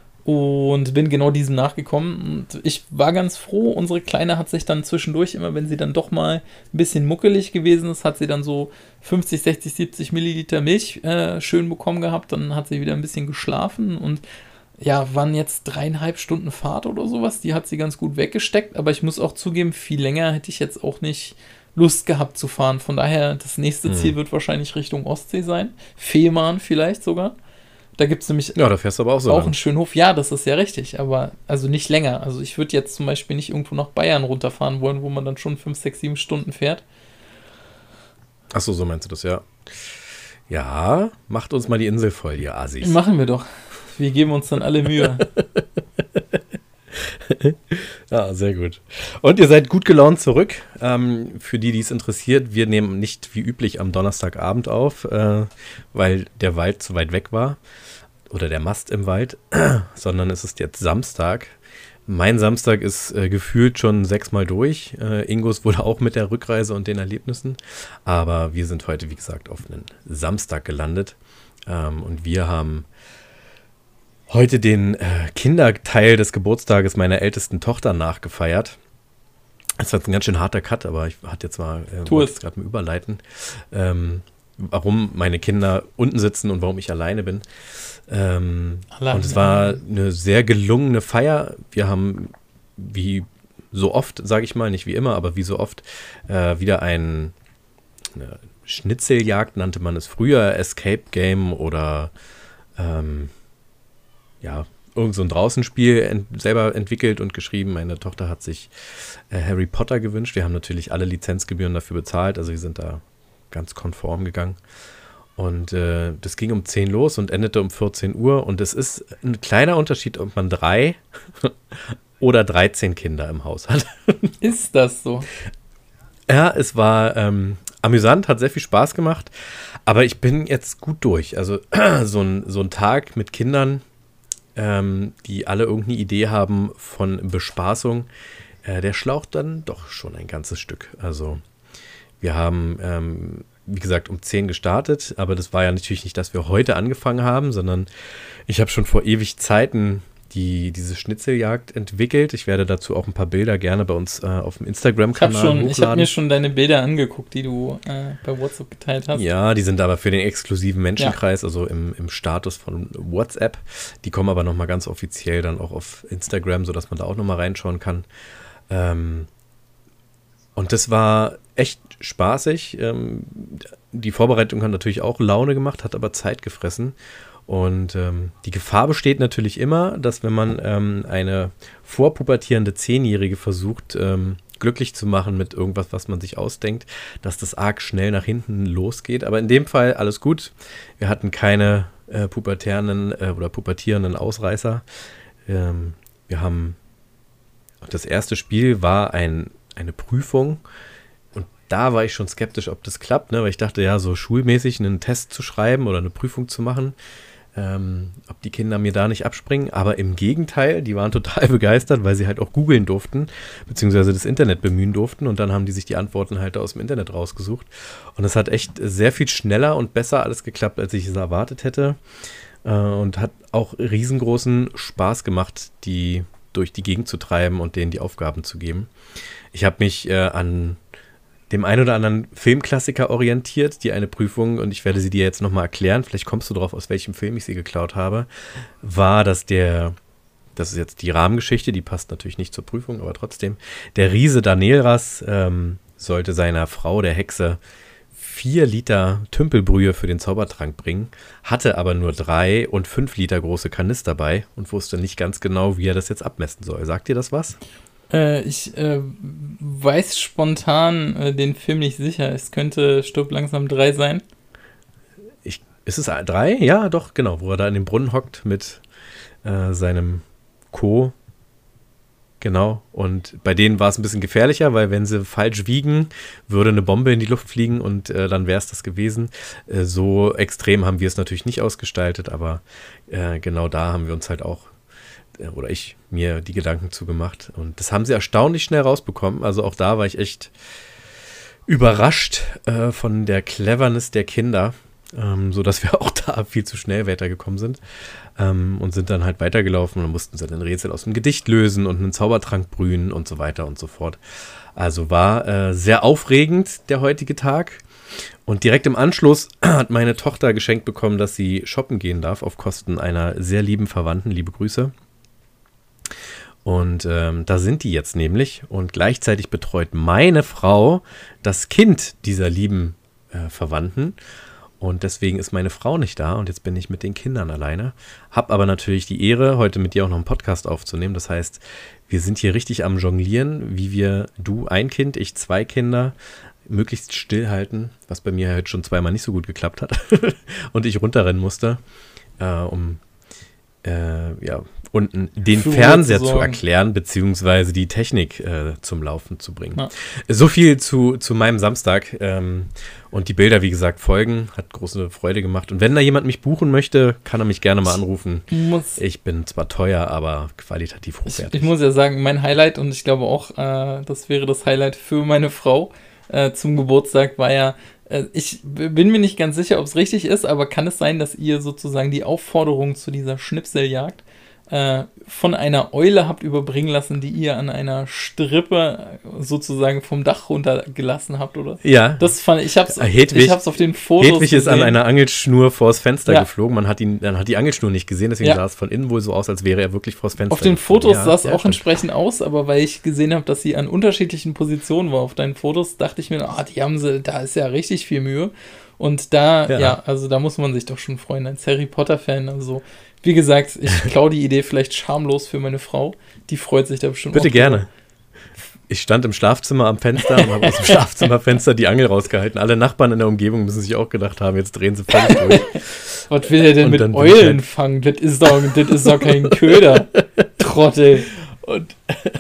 Und bin genau diesem nachgekommen. Und ich war ganz froh, unsere Kleine hat sich dann zwischendurch, immer wenn sie dann doch mal ein bisschen muckelig gewesen ist, hat sie dann so fünfzig, sechzig, siebzig Milliliter Milch äh, schön bekommen gehabt. Dann hat sie wieder ein bisschen geschlafen und ja, waren jetzt dreieinhalb Stunden Fahrt oder sowas. Die hat sie ganz gut weggesteckt. Aber ich muss auch zugeben, viel länger hätte ich jetzt auch nicht Lust gehabt zu fahren. Von daher, das nächste Mhm. Ziel wird wahrscheinlich Richtung Ostsee sein. Fehmarn vielleicht sogar. Da gibt es nämlich Ja, da fährst du aber auch so auch lang. einen schönen Hof. Ja, das ist ja richtig, aber also nicht länger. Also ich würde jetzt zum Beispiel nicht irgendwo nach Bayern runterfahren wollen, wo man dann schon fünf, sechs, sieben Stunden fährt. Achso, so meinst du das, ja. Ja, macht uns mal die Insel voll, ihr Asis. Machen wir doch. Wir geben uns dann alle Mühe. Ja, sehr gut. Und ihr seid gut gelaunt zurück. Ähm, für die, die es interessiert, wir nehmen nicht wie üblich am Donnerstagabend auf, äh, weil der Wald zu weit weg war. Oder der Mast im Wald. Sondern es ist jetzt Samstag. Mein Samstag ist äh, gefühlt schon sechsmal durch. Äh, Ingos wohl auch mit der Rückreise und den Erlebnissen. Aber wir sind heute, wie gesagt, auf einen Samstag gelandet. Ähm, und wir haben heute den äh, Kinderteil des Geburtstages meiner ältesten Tochter nachgefeiert. Das war jetzt ein ganz schön harter Cut, aber ich hatte jetzt mal, äh, Tu wollte es. es gerade mal überleiten, ähm, warum meine Kinder unten sitzen und warum ich alleine bin. Ähm, Alleine. und es war eine sehr gelungene Feier. Wir haben, wie so oft, sage ich mal, nicht wie immer, aber wie so oft, äh, wieder ein eine Schnitzeljagd, nannte man es früher, Escape Game oder ähm, ja, irgend so ein Draußenspiel ent- selber entwickelt und geschrieben. Meine Tochter hat sich äh, Harry Potter gewünscht. Wir haben natürlich alle Lizenzgebühren dafür bezahlt, also wir sind da ganz konform gegangen. Und äh, das ging um zehn los und endete um vierzehn Uhr. Und es ist ein kleiner Unterschied, ob man drei oder dreizehn Kinder im Haus hat. Ist das so? Ja, es war ähm, amüsant, hat sehr viel Spaß gemacht. Aber ich bin jetzt gut durch. Also so ein, so ein Tag mit Kindern, ähm, die alle irgendeine Idee haben von Bespaßung, äh, der schlaucht dann doch schon ein ganzes Stück. Also wir haben, ähm, wie gesagt, um zehn gestartet, aber das war ja natürlich nicht, dass wir heute angefangen haben, sondern ich habe schon vor ewig Zeiten die, diese Schnitzeljagd entwickelt. Ich werde dazu auch ein paar Bilder gerne bei uns äh, auf dem Ich habe Instagram-Kanal schon, hochladen. ich habe mir schon deine Bilder angeguckt, die du äh, bei WhatsApp geteilt hast. Ja, die sind aber für den exklusiven Menschenkreis, also im, im Status von WhatsApp. Die kommen aber nochmal ganz offiziell dann auch auf Instagram, sodass man da auch nochmal reinschauen kann. Ähm, und das war echt spaßig. Ähm, die Vorbereitung hat natürlich auch Laune gemacht, hat aber Zeit gefressen. Und ähm, die Gefahr besteht natürlich immer, dass wenn man ähm, eine vorpubertierende Zehnjährige versucht, ähm, glücklich zu machen mit irgendwas, was man sich ausdenkt, dass das arg schnell nach hinten losgeht. Aber in dem Fall alles gut. Wir hatten keine äh, pubertären äh, oder pubertierenden Ausreißer. Ähm, wir haben, das erste Spiel war ein, eine Prüfung. Und da war ich schon skeptisch, ob das klappt, ne? Weil ich dachte, ja, so schulmäßig einen Test zu schreiben oder eine Prüfung zu machen, ähm, ob die Kinder mir da nicht abspringen. Aber im Gegenteil, die waren total begeistert, weil sie halt auch googeln durften, beziehungsweise das Internet bemühen durften. Und dann haben die sich die Antworten halt aus dem Internet rausgesucht. Und es hat echt sehr viel schneller und besser alles geklappt, als ich es erwartet hätte. Äh, und hat auch riesengroßen Spaß gemacht, die durch die Gegend zu treiben und denen die Aufgaben zu geben. Ich habe mich äh, an dem einen oder anderen Filmklassiker orientiert, die eine Prüfung, und ich werde sie dir jetzt nochmal erklären, vielleicht kommst du drauf, aus welchem Film ich sie geklaut habe, war, dass der, das ist jetzt die Rahmengeschichte, die passt natürlich nicht zur Prüfung, aber trotzdem, der Riese Daneras ähm, sollte seiner Frau, der Hexe, vier Liter Tümpelbrühe für den Zaubertrank bringen, hatte aber nur drei und fünf Liter große Kanister bei und wusste nicht ganz genau, wie er das jetzt abmessen soll. Sagt dir das was? Äh, ich äh, weiß spontan äh, den Film nicht sicher. Es könnte Stirb langsam drei sein. Ich, ist es drei? Ja, doch, genau. Wo er da in dem Brunnen hockt mit äh, seinem Co. Genau. Und bei denen war es ein bisschen gefährlicher, weil wenn sie falsch wiegen, würde eine Bombe in die Luft fliegen und äh, dann wäre es das gewesen. Äh, so extrem haben wir es natürlich nicht ausgestaltet, aber äh, genau da haben wir uns halt auch oder ich mir die Gedanken zugemacht. Und das haben sie erstaunlich schnell rausbekommen. Also auch da war ich echt überrascht äh, von der Cleverness der Kinder, ähm, sodass wir auch da viel zu schnell weitergekommen sind ähm, und sind dann halt weitergelaufen und mussten sie dann ein Rätsel aus dem Gedicht lösen und einen Zaubertrank brühen und so weiter und so fort. Also war äh, sehr aufregend der heutige Tag. Und direkt im Anschluss hat meine Tochter geschenkt bekommen, dass sie shoppen gehen darf auf Kosten einer sehr lieben Verwandten. Liebe Grüße. Und ähm, da sind die jetzt nämlich und gleichzeitig betreut meine Frau das Kind dieser lieben äh, Verwandten und deswegen ist meine Frau nicht da und jetzt bin ich mit den Kindern alleine. Hab aber natürlich die Ehre, heute mit dir auch noch einen Podcast aufzunehmen. Das heißt, wir sind hier richtig am Jonglieren, wie wir, du ein Kind, ich zwei Kinder, möglichst stillhalten, was bei mir heute schon zweimal nicht so gut geklappt hat und ich runterrennen musste, äh, um äh, ja, unten den Für Fernseher zu zu sorgen. erklären, beziehungsweise die Technik äh, zum Laufen zu bringen. Ja. So viel zu, zu meinem Samstag. Ähm, und die Bilder, wie gesagt, folgen. Hat große Freude gemacht. Und wenn da jemand mich buchen möchte, kann er mich gerne mal anrufen. Muss, Ich bin zwar teuer, aber qualitativ ich, hochwertig. ich muss ja sagen, mein Highlight, und ich glaube auch, äh, das wäre das Highlight für meine Frau äh, zum Geburtstag, war ja, äh, ich b- bin mir nicht ganz sicher, ob es richtig ist, aber kann es sein, dass ihr sozusagen die Aufforderung zu dieser Schnipseljagd äh, von einer Eule habt überbringen lassen, die ihr an einer Strippe sozusagen vom Dach runtergelassen habt, oder? Ja, Das fand ich, ich hab's, Ah, Hedwig- ich hab's auf den Fotos Hedwig ist an gesehen. einer Angelschnur vors Fenster Ja. geflogen. Man hat ihn, dann hat die Angelschnur nicht gesehen, deswegen Ja. sah es von innen wohl so aus, als wäre er wirklich vors Fenster Auf den geflogen. Fotos Ja, sah es ja, auch stimmt. entsprechend aus, aber weil ich gesehen habe, dass sie an unterschiedlichen Positionen war auf deinen Fotos, dachte ich mir, ah, die haben sie, da ist ja richtig viel Mühe. Und da, ja. Ja. also da muss man sich doch schon freuen, als Harry Potter-Fan. Also, wie gesagt, ich klaue die Idee vielleicht schamlos für meine Frau. Die freut sich da bestimmt Bitte auch gerne. drüber. Ich stand im Schlafzimmer am Fenster und habe aus dem Schlafzimmerfenster die Angel rausgehalten. Alle Nachbarn in der Umgebung müssen sich auch gedacht haben, jetzt drehen sie völlig durch. Was will er denn Und mit dann bin ich Eulen halt- fangen? Das ist doch, das ist doch kein Köder. Trottel. Und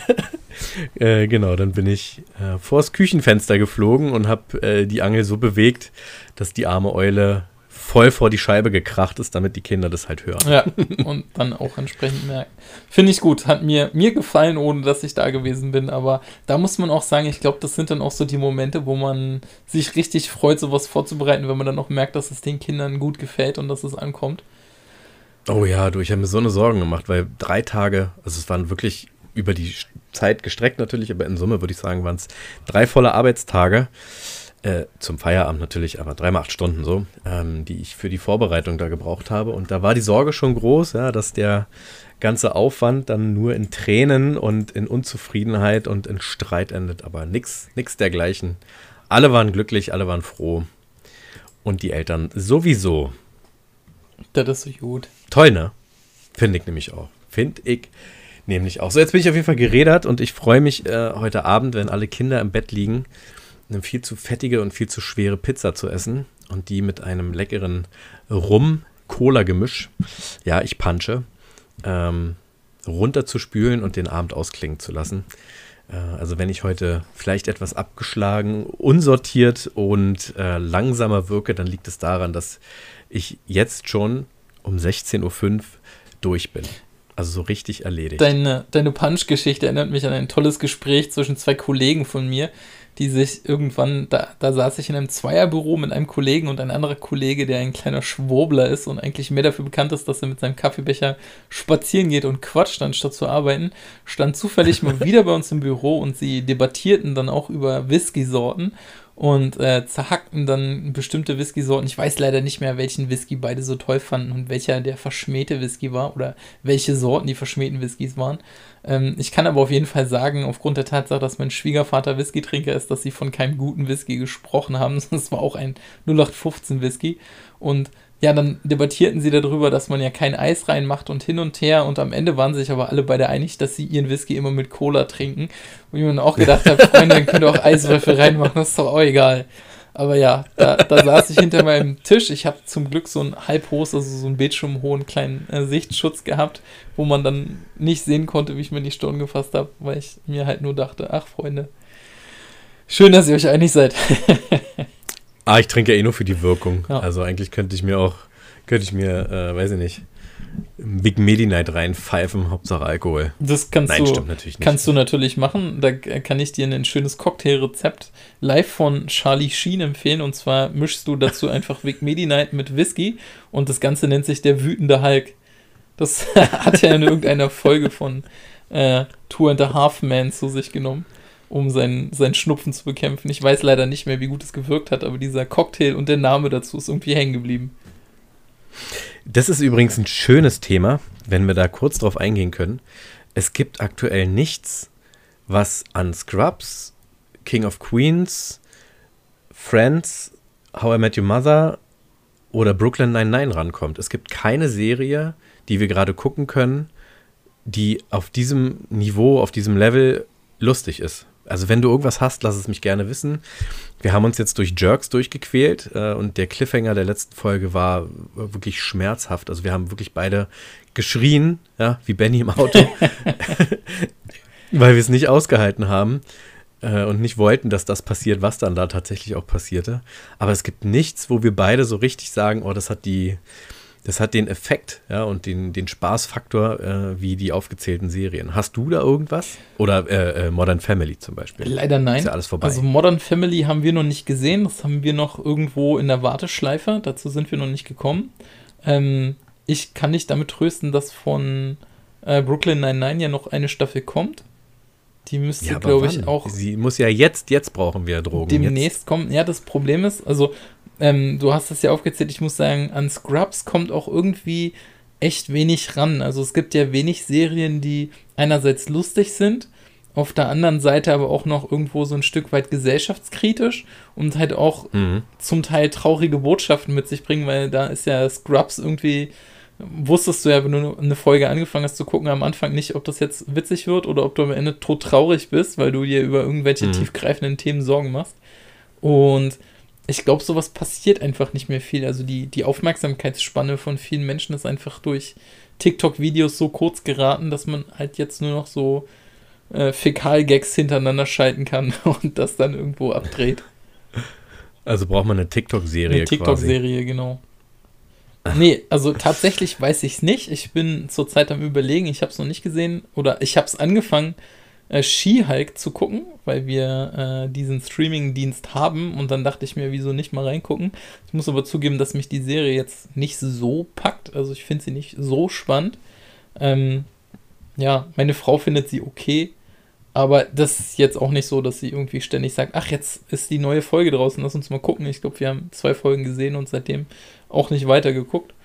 äh, genau, dann bin ich äh, vors Küchenfenster geflogen und habe äh, die Angel so bewegt, dass die arme Eule voll vor die Scheibe gekracht ist, damit die Kinder das halt hören. Ja, und dann auch entsprechend merken. Finde ich gut. Hat mir, mir gefallen, ohne dass ich da gewesen bin. Aber da muss man auch sagen, ich glaube, das sind dann auch so die Momente, wo man sich richtig freut, sowas vorzubereiten, wenn man dann auch merkt, dass es den Kindern gut gefällt und dass es ankommt. Oh ja, du, ich habe mir so eine Sorgen gemacht, weil drei Tage, also es waren wirklich über die Sch- Zeit gestreckt natürlich, aber in Summe würde ich sagen, waren es drei volle Arbeitstage. Äh, zum Feierabend natürlich, aber dreimal acht Stunden so, ähm, die ich für die Vorbereitung da gebraucht habe. Und da war die Sorge schon groß, ja, dass der ganze Aufwand dann nur in Tränen und in Unzufriedenheit und in Streit endet. Aber nix, nix dergleichen. Alle waren glücklich, alle waren froh. Und die Eltern sowieso. Das ist so gut. Toll, ne? Finde ich nämlich auch. Finde ich nämlich auch. So, jetzt bin ich auf jeden Fall gerädert und ich freue mich äh, heute Abend, wenn alle Kinder im Bett liegen, eine viel zu fettige und viel zu schwere Pizza zu essen und die mit einem leckeren Rum-Cola-Gemisch, ja, ich punche, ähm, runterzuspülen und den Abend ausklingen zu lassen. Äh, also wenn ich heute vielleicht etwas abgeschlagen, unsortiert und äh, langsamer wirke, dann liegt es daran, dass ich jetzt schon um sechzehn Uhr fünf durch bin. Also so richtig erledigt. Deine, deine Punch-Geschichte erinnert mich an ein tolles Gespräch zwischen zwei Kollegen von mir, die sich irgendwann, da, da saß ich in einem Zweierbüro mit einem Kollegen und ein anderer Kollege, der ein kleiner Schwurbler ist und eigentlich mehr dafür bekannt ist, dass er mit seinem Kaffeebecher spazieren geht und quatscht, anstatt zu arbeiten, stand zufällig mal wieder bei uns im Büro und sie debattierten dann auch über Whisky-Sorten und äh, zerhackten dann bestimmte Whisky-Sorten. Ich weiß leider nicht mehr, welchen Whisky beide so toll fanden und welcher der verschmähte Whisky war oder welche Sorten die verschmähten Whiskys waren. Ähm, ich kann aber auf jeden Fall sagen, aufgrund der Tatsache, dass mein Schwiegervater Whisky-Trinker ist, dass sie von keinem guten Whisky gesprochen haben. Das war auch ein null acht fünfzehn Whisky. Und ja, dann debattierten sie darüber, dass man ja kein Eis reinmacht und hin und her. Und am Ende waren sich aber alle beide einig, dass sie ihren Whisky immer mit Cola trinken. Und ich mir dann auch gedacht habe, Freunde, dann könnt ihr auch Eiswürfel reinmachen, das ist doch auch egal. Aber ja, da, da saß ich hinter meinem Tisch. Ich habe zum Glück so ein halbhohes, also so einen bildschirmhohen kleinen äh, Sichtschutz gehabt, wo man dann nicht sehen konnte, wie ich mir die Stirn gefasst habe, weil ich mir halt nur dachte, ach Freunde, schön, dass ihr euch einig seid. Ah, ich trinke ja eh nur für die Wirkung. Ja. Also eigentlich könnte ich mir auch, könnte ich mir, äh, weiß ich nicht, Big Medi Night reinpfeifen, Hauptsache Alkohol. Das kannst, Nein, du, stimmt natürlich nicht. kannst du natürlich machen. Da kann ich dir ein schönes Cocktailrezept live von Charlie Sheen empfehlen. Und zwar mischst du dazu einfach Big Medi Night mit Whisky und das Ganze nennt sich der wütende Hulk. Das hat er in irgendeiner Folge von äh, Two and a Half Men zu sich genommen, um seinen, seinen Schnupfen zu bekämpfen. Ich weiß leider nicht mehr, wie gut es gewirkt hat, aber dieser Cocktail und der Name dazu ist irgendwie hängen geblieben. Das ist übrigens ein schönes Thema, wenn wir da kurz drauf eingehen können. Es gibt aktuell nichts, was an Scrubs, King of Queens, Friends, How I Met Your Mother oder Brooklyn Nine-Nine rankommt. Es gibt keine Serie, die wir gerade gucken können, die auf diesem Niveau, auf diesem Level lustig ist. Also wenn du irgendwas hast, lass es mich gerne wissen. Wir haben uns jetzt durch Jerks durchgequält äh, und der Cliffhanger der letzten Folge war wirklich schmerzhaft. Also wir haben wirklich beide geschrien, ja, wie Benny im Auto, weil wir es nicht ausgehalten haben äh, und nicht wollten, dass das passiert, was dann da tatsächlich auch passierte. Aber es gibt nichts, wo wir beide so richtig sagen, oh, das hat die Das hat den Effekt, ja, und den, den Spaßfaktor äh, wie die aufgezählten Serien. Hast du da irgendwas? Oder äh, äh, Modern Family zum Beispiel? Leider nein. Ist ja alles vorbei. Also Modern Family haben wir noch nicht gesehen. Das haben wir noch irgendwo in der Warteschleife. Dazu sind wir noch nicht gekommen. Ähm, ich kann dich damit trösten, dass von äh, Brooklyn Nine-Nine ja noch eine Staffel kommt. Die müsste, ja, glaube ich, auch Sie muss ja jetzt, jetzt brauchen wir Drogen. demnächst jetzt. kommen. Ja, das Problem ist, also Ähm, du hast es ja aufgezählt, ich muss sagen, an Scrubs kommt auch irgendwie echt wenig ran. Also es gibt ja wenig Serien, die einerseits lustig sind, auf der anderen Seite aber auch noch irgendwo so ein Stück weit gesellschaftskritisch und halt auch Mhm. zum Teil traurige Botschaften mit sich bringen, weil da ist ja Scrubs irgendwie, wusstest du ja, wenn du eine Folge angefangen hast zu gucken, am Anfang nicht, ob das jetzt witzig wird oder ob du am Ende todtraurig bist, weil du dir über irgendwelche Mhm. tiefgreifenden Themen Sorgen machst. Und ich glaube, sowas passiert einfach nicht mehr viel. Also die, die Aufmerksamkeitsspanne von vielen Menschen ist einfach durch TikTok-Videos so kurz geraten, dass man halt jetzt nur noch so äh, Fäkal-Gags hintereinander schalten kann und das dann irgendwo abdreht. Also braucht man eine TikTok-Serie Eine TikTok-Serie, genau. Nee, also tatsächlich weiß ich es nicht. Ich bin zurzeit am Überlegen, ich habe es noch nicht gesehen oder ich habe es angefangen, äh, She-Hulk zu gucken, weil wir äh, diesen Streaming-Dienst haben und dann dachte ich mir, wieso nicht mal reingucken. Ich muss aber zugeben, dass mich die Serie jetzt nicht so packt, also ich finde sie nicht so spannend. Ähm, ja, meine Frau findet sie okay, aber das ist jetzt auch nicht so, dass sie irgendwie ständig sagt, ach, jetzt ist die neue Folge draußen, lass uns mal gucken. Ich glaube, wir haben zwei Folgen gesehen und seitdem auch nicht weiter geguckt.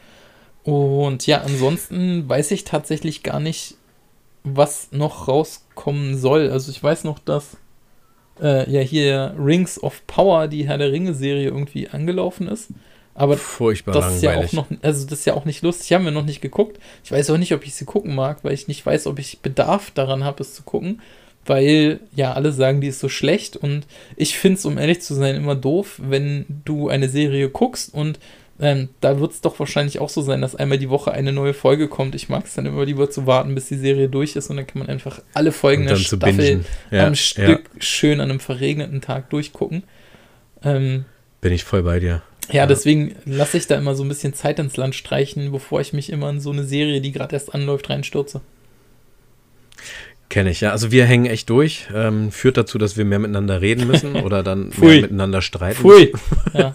Und ja, ansonsten weiß ich tatsächlich gar nicht, was noch rauskommen soll. Also ich weiß noch, dass äh, ja hier Rings of Power, die Herr der Ringe-Serie, irgendwie angelaufen ist. Aber Furchtbar das ist ja langweilig. auch noch, also das ist ja auch nicht lustig. Haben wir noch nicht geguckt. Ich weiß auch nicht, ob ich sie gucken mag, weil ich nicht weiß, ob ich Bedarf daran habe, es zu gucken. Weil ja alle sagen, die ist so schlecht. Und ich finde es, um ehrlich zu sein, immer doof, wenn du eine Serie guckst und Ähm, da wird es doch wahrscheinlich auch so sein, dass einmal die Woche eine neue Folge kommt. Ich mag es dann immer lieber zu warten, bis die Serie durch ist und dann kann man einfach alle Folgen der Staffel ja, am Stück ja. schön an einem verregneten Tag durchgucken. Ähm, Bin ich voll bei dir. ja, ja, deswegen lasse ich da immer so ein bisschen Zeit ins Land streichen, bevor ich mich immer in so eine Serie, die gerade erst anläuft, reinstürze. Kenne ich, ja. Also wir hängen echt durch. Ähm, führt dazu, dass wir mehr miteinander reden müssen oder dann Pfui. mehr miteinander streiten. Pfui! Ja.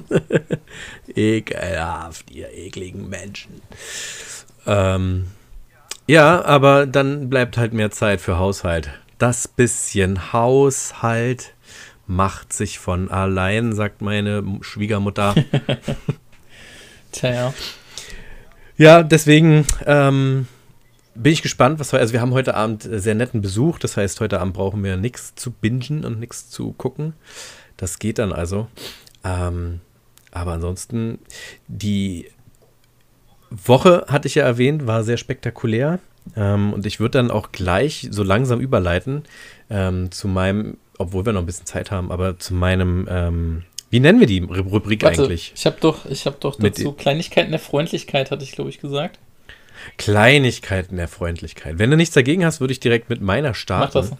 Ekelhaft, ihr ekligen Menschen. Ähm, ja, aber dann bleibt halt mehr Zeit für Haushalt. Das bisschen Haushalt macht sich von allein, sagt meine Schwiegermutter. Tja, ja. Ja, deswegen ähm, bin ich gespannt, was wir, also wir haben heute Abend sehr netten Besuch, das heißt, heute Abend brauchen wir nichts zu bingen und nichts zu gucken. Das geht dann also. Ähm, aber ansonsten, die Woche, hatte ich ja erwähnt, war sehr spektakulär. Ähm, und ich würde dann auch gleich so langsam überleiten ähm, zu meinem, obwohl wir noch ein bisschen Zeit haben, aber zu meinem, ähm, wie nennen wir die Rubrik Warte, eigentlich? Ich habe doch, ich habe doch Mit dazu Kleinigkeiten der Freundlichkeit, hatte ich, glaube ich, gesagt. Kleinigkeiten der Freundlichkeit. Wenn du nichts dagegen hast, würde ich direkt mit meiner starten. Mach das.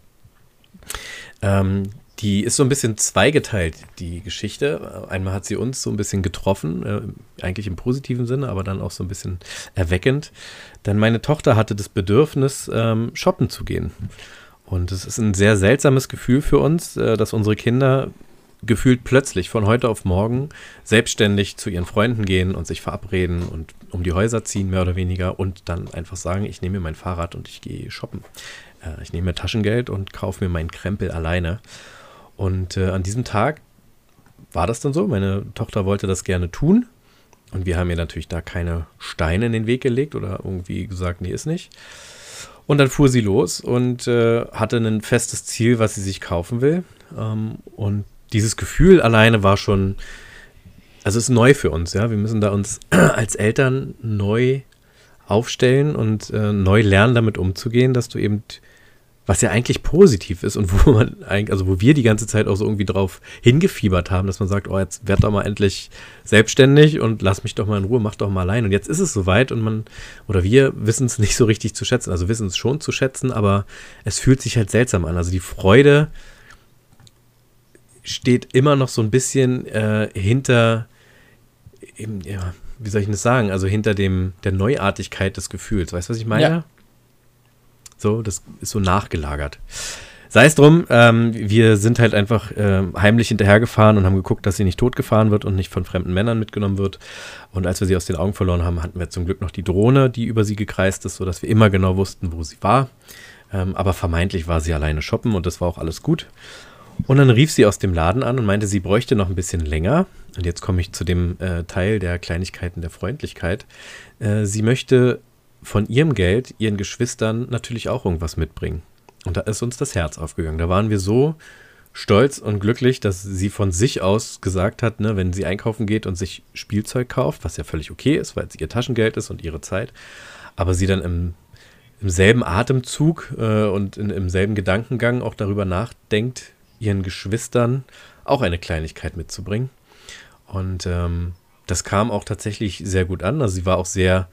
Ähm, die ist so ein bisschen zweigeteilt, die Geschichte. Einmal hat sie uns so ein bisschen getroffen, äh, eigentlich im positiven Sinne, aber dann auch so ein bisschen erweckend. Denn meine Tochter hatte das Bedürfnis, ähm, shoppen zu gehen. Und es ist ein sehr seltsames Gefühl für uns, äh, dass unsere Kinder gefühlt plötzlich von heute auf morgen selbstständig zu ihren Freunden gehen und sich verabreden und um die Häuser ziehen, mehr oder weniger, und dann einfach sagen, ich nehme mir mein Fahrrad und ich gehe shoppen. Äh, ich nehme mir Taschengeld und kaufe mir meinen Krempel alleine. Und äh, an diesem Tag war das dann so. Meine Tochter wollte das gerne tun und wir haben ihr natürlich da keine Steine in den Weg gelegt oder irgendwie gesagt, nee, ist nicht. Und dann fuhr sie los und äh, hatte ein festes Ziel, was sie sich kaufen will. Ähm, und dieses Gefühl alleine war schon, also es ist neu für uns, ja. Wir müssen da uns als Eltern neu aufstellen und äh, neu lernen, damit umzugehen, dass du eben, was ja eigentlich positiv ist und wo man eigentlich, also wo wir die ganze Zeit auch so irgendwie drauf hingefiebert haben, dass man sagt, oh, jetzt werd doch mal endlich selbstständig und lass mich doch mal in Ruhe, mach doch mal allein. Und jetzt ist es soweit und man, oder wir wissen es nicht so richtig zu schätzen. Also wissen es schon zu schätzen, aber es fühlt sich halt seltsam an. Also die Freude steht immer noch so ein bisschen äh, hinter, eben, ja, wie soll ich das sagen, also hinter dem der Neuartigkeit des Gefühls. Weißt du, was ich meine? Ja. So, das ist so nachgelagert. Sei es drum, ähm, wir sind halt einfach äh, heimlich hinterhergefahren und haben geguckt, dass sie nicht totgefahren wird und nicht von fremden Männern mitgenommen wird. Und als wir sie aus den Augen verloren haben, hatten wir zum Glück noch die Drohne, die über sie gekreist ist, sodass wir immer genau wussten, wo sie war. Ähm, aber vermeintlich war sie alleine shoppen und das war auch alles gut. Und dann rief sie aus dem Laden an und meinte, sie bräuchte noch ein bisschen länger. Und jetzt komme ich zu dem äh, Teil der Kleinigkeiten der Freundlichkeit. Äh, sie möchte von ihrem Geld ihren Geschwistern natürlich auch irgendwas mitbringen. Und da ist uns das Herz aufgegangen. Da waren wir so stolz und glücklich, dass sie von sich aus gesagt hat, ne, wenn sie einkaufen geht und sich Spielzeug kauft, was ja völlig okay ist, weil es ihr Taschengeld ist und ihre Zeit, aber sie dann im im selben Atemzug äh, und in, im selben Gedankengang auch darüber nachdenkt, ihren Geschwistern auch eine Kleinigkeit mitzubringen. Und ähm, das kam auch tatsächlich sehr gut an. Also sie war auch sehr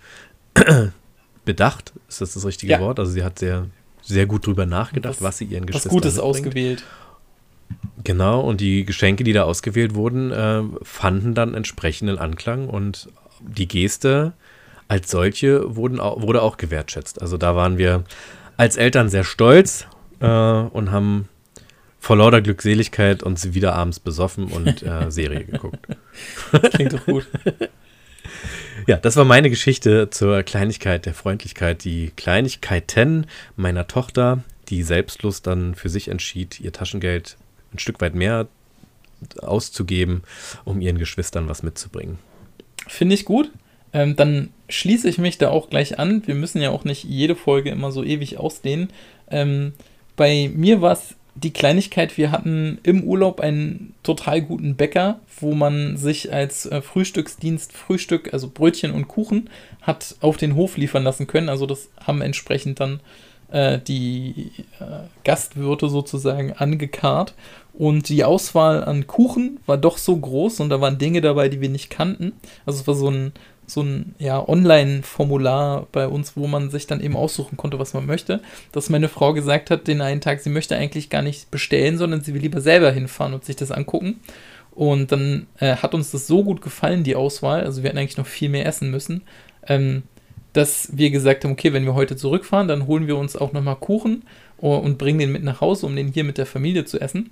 bedacht, ist das das richtige Ja. Wort? Also sie hat sehr, sehr gut drüber nachgedacht, was, Was- sie ihren Was Geschwistern Gutes mitbringt. ausgewählt. Genau, und die Geschenke, die da ausgewählt wurden, äh, fanden dann entsprechenden Anklang und die Geste als solche wurden au- wurde auch gewertschätzt. Also da waren wir als Eltern sehr stolz äh, und haben vor lauter Glückseligkeit uns wieder abends besoffen und äh, Serie geguckt. Klingt doch gut. Ja, das war meine Geschichte zur Kleinigkeit der Freundlichkeit. Die Kleinigkeiten meiner Tochter, die selbstlos dann für sich entschied, ihr Taschengeld ein Stück weit mehr auszugeben, um ihren Geschwistern was mitzubringen. Finde ich gut. Ähm, dann schließe ich mich da auch gleich an. Wir müssen ja auch nicht jede Folge immer so ewig ausdehnen. Ähm, bei mir war es die Kleinigkeit, wir hatten im Urlaub einen total guten Bäcker, wo man sich als äh, Frühstücksdienst Frühstück, also Brötchen und Kuchen, hat auf den Hof liefern lassen können. Also das haben entsprechend dann äh, die äh, Gastwirte sozusagen angekarrt. Und die Auswahl an Kuchen war doch so groß und da waren Dinge dabei, die wir nicht kannten. Also es war so ein, so ein ja, Online-Formular bei uns, wo man sich dann eben aussuchen konnte, was man möchte. Dass meine Frau gesagt hat, den einen Tag, sie möchte eigentlich gar nicht bestellen, sondern sie will lieber selber hinfahren und sich das angucken. Und dann äh, hat uns das so gut gefallen, die Auswahl, also wir hätten eigentlich noch viel mehr essen müssen, ähm, dass wir gesagt haben, okay, wenn wir heute zurückfahren, dann holen wir uns auch nochmal Kuchen und bringen den mit nach Hause, um den hier mit der Familie zu essen.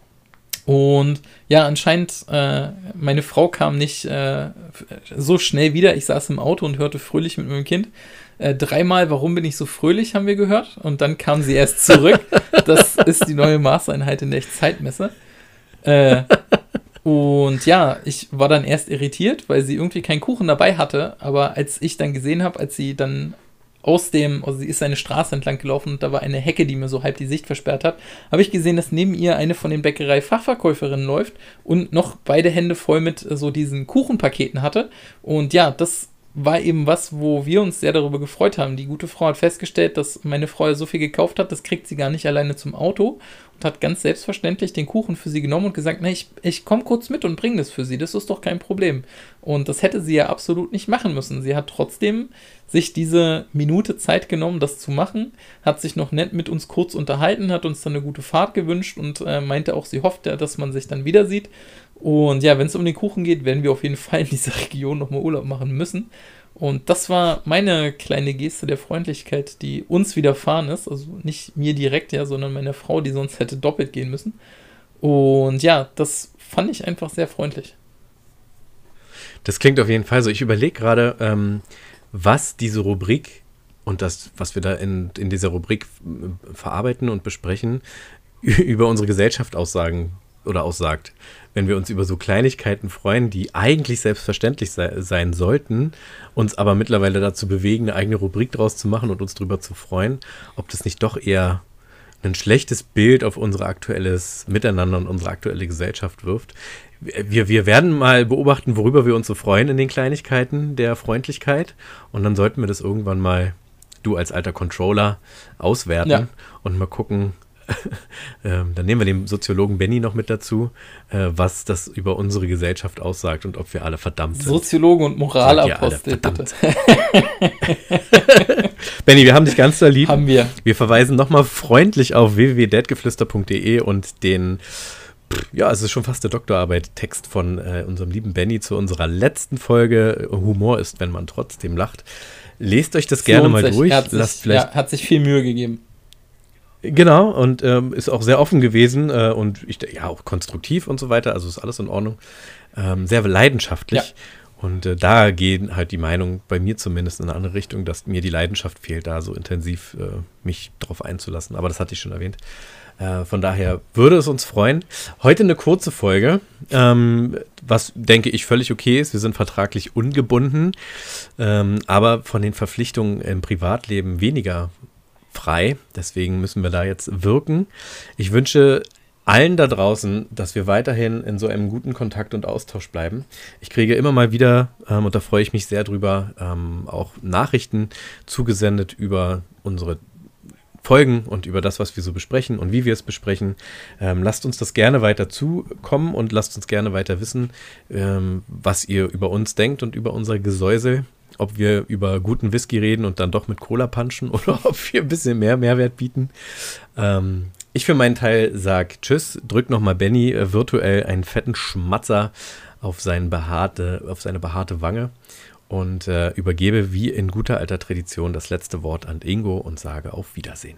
Und ja, anscheinend, äh, meine Frau kam nicht äh, so schnell wieder. Ich saß im Auto und hörte fröhlich mit meinem Kind. Äh, dreimal, warum bin ich so fröhlich, haben wir gehört. Und dann kam sie erst zurück. Das ist die neue Maßeinheit in der Echtzeitmesse. Äh, und ja, ich war dann erst irritiert, weil sie irgendwie keinen Kuchen dabei hatte. Aber als ich dann gesehen habe, als sie dann aus dem, also sie ist eine Straße entlang gelaufen und da war eine Hecke, die mir so halb die Sicht versperrt hat, habe ich gesehen, dass neben ihr eine von den Bäckerei-Fachverkäuferinnen läuft und noch beide Hände voll mit so diesen Kuchenpaketen hatte. Und ja, das war eben was, wo wir uns sehr darüber gefreut haben. Die gute Frau hat festgestellt, dass meine Frau ja so viel gekauft hat, das kriegt sie gar nicht alleine zum Auto und hat ganz selbstverständlich den Kuchen für sie genommen und gesagt, na, ich, ich komme kurz mit und bringe das für sie, das ist doch kein Problem. Und das hätte sie ja absolut nicht machen müssen. Sie hat trotzdem sich diese Minute Zeit genommen, das zu machen, hat sich noch nett mit uns kurz unterhalten, hat uns dann eine gute Fahrt gewünscht und äh, meinte auch, sie hofft ja, dass man sich dann wieder sieht. Und ja, wenn es um den Kuchen geht, werden wir auf jeden Fall in dieser Region nochmal Urlaub machen müssen. Und das war meine kleine Geste der Freundlichkeit, die uns widerfahren ist. Also nicht mir direkt, ja, sondern meiner Frau, die sonst hätte doppelt gehen müssen. Und ja, das fand ich einfach sehr freundlich. Das klingt auf jeden Fall so. Ich überlege gerade, ähm, was diese Rubrik und das, was wir da in, in dieser Rubrik verarbeiten und besprechen, über unsere Gesellschaft aussagen oder aussagt. Wenn wir uns über so Kleinigkeiten freuen, die eigentlich selbstverständlich sei, sein sollten, uns aber mittlerweile dazu bewegen, eine eigene Rubrik draus zu machen und uns drüber zu freuen, ob das nicht doch eher ein schlechtes Bild auf unser aktuelles Miteinander und unsere aktuelle Gesellschaft wirft. Wir, wir werden mal beobachten, worüber wir uns so freuen in den Kleinigkeiten der Freundlichkeit und dann sollten wir das irgendwann mal, du als alter Controller, auswerten ja. und mal gucken, ähm, dann nehmen wir den Soziologen Benny noch mit dazu, äh, was das über unsere Gesellschaft aussagt und ob wir alle verdammt sind. Soziologen und Moralapostel, bitte. Benny, wir haben dich ganz so lieb. Haben wir. Wir verweisen nochmal freundlich auf w w w punkt dadgeflüster punkt d e und den, ja, es ist schon fast der Doktorarbeit, Text von äh, unserem lieben Benny zu unserer letzten Folge Humor ist, wenn man trotzdem lacht. Lest euch das Es gerne lohnt mal sich. durch. Er hat, Lasst sich, vielleicht ja, hat sich viel Mühe gegeben. Genau, und ähm, ist auch sehr offen gewesen äh, und ich, ja, auch konstruktiv und so weiter, also ist alles in Ordnung. Ähm, sehr leidenschaftlich. Ja. Und äh, da gehen halt die Meinungen bei mir zumindest in eine andere Richtung, dass mir die Leidenschaft fehlt, da so intensiv äh, mich drauf einzulassen. Aber das hatte ich schon erwähnt. Äh, von daher würde es uns freuen. Heute eine kurze Folge, ähm, was, denke ich, völlig okay ist. Wir sind vertraglich ungebunden, ähm, aber von den Verpflichtungen im Privatleben weniger frei. Deswegen müssen wir da jetzt wirken. Ich wünsche allen da draußen, dass wir weiterhin in so einem guten Kontakt und Austausch bleiben. Ich kriege immer mal wieder, ähm, und da freue ich mich sehr drüber, ähm, auch Nachrichten zugesendet über unsere Folgen und über das, was wir so besprechen und wie wir es besprechen. Ähm, lasst uns das gerne weiter zukommen und lasst uns gerne weiter wissen, ähm, was ihr über uns denkt und über unser Gesäusel. Ob wir über guten Whisky reden und dann doch mit Cola punchen oder ob wir ein bisschen mehr Mehrwert bieten. Ähm, ich für meinen Teil sage Tschüss, drück nochmal Benny äh, virtuell einen fetten Schmatzer auf, seinen behaarte, auf seine behaarte Wange und äh, übergebe wie in guter alter Tradition das letzte Wort an Ingo und sage auf Wiedersehen.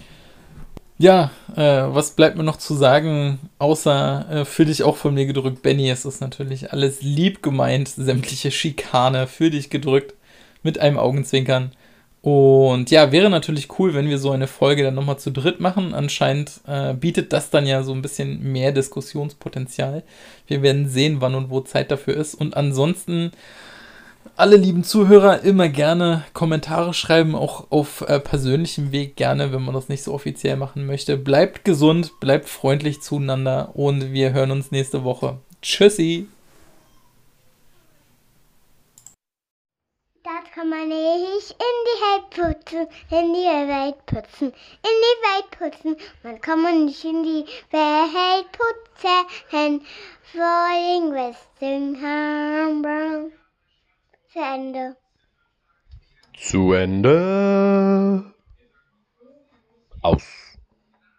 Ja, äh, was bleibt mir noch zu sagen, außer äh, für dich auch von mir gedrückt, Benny, es ist natürlich alles lieb gemeint, sämtliche Schikane für dich gedrückt, mit einem Augenzwinkern. Und ja, wäre natürlich cool, wenn wir so eine Folge dann nochmal zu dritt machen. Anscheinend äh, bietet das dann ja so ein bisschen mehr Diskussionspotenzial. Wir werden sehen, wann und wo Zeit dafür ist. Und ansonsten alle lieben Zuhörer immer gerne Kommentare schreiben, auch auf äh, persönlichem Weg gerne, wenn man das nicht so offiziell machen möchte. Bleibt gesund, bleibt freundlich zueinander und wir hören uns nächste Woche. Tschüssi! Das kann man nicht in die Welt putzen, in die Welt putzen, in die Welt putzen. Man kann man nicht in die Welt putzen, Falling Westingham. Zu Ende. Zu Ende. Aus.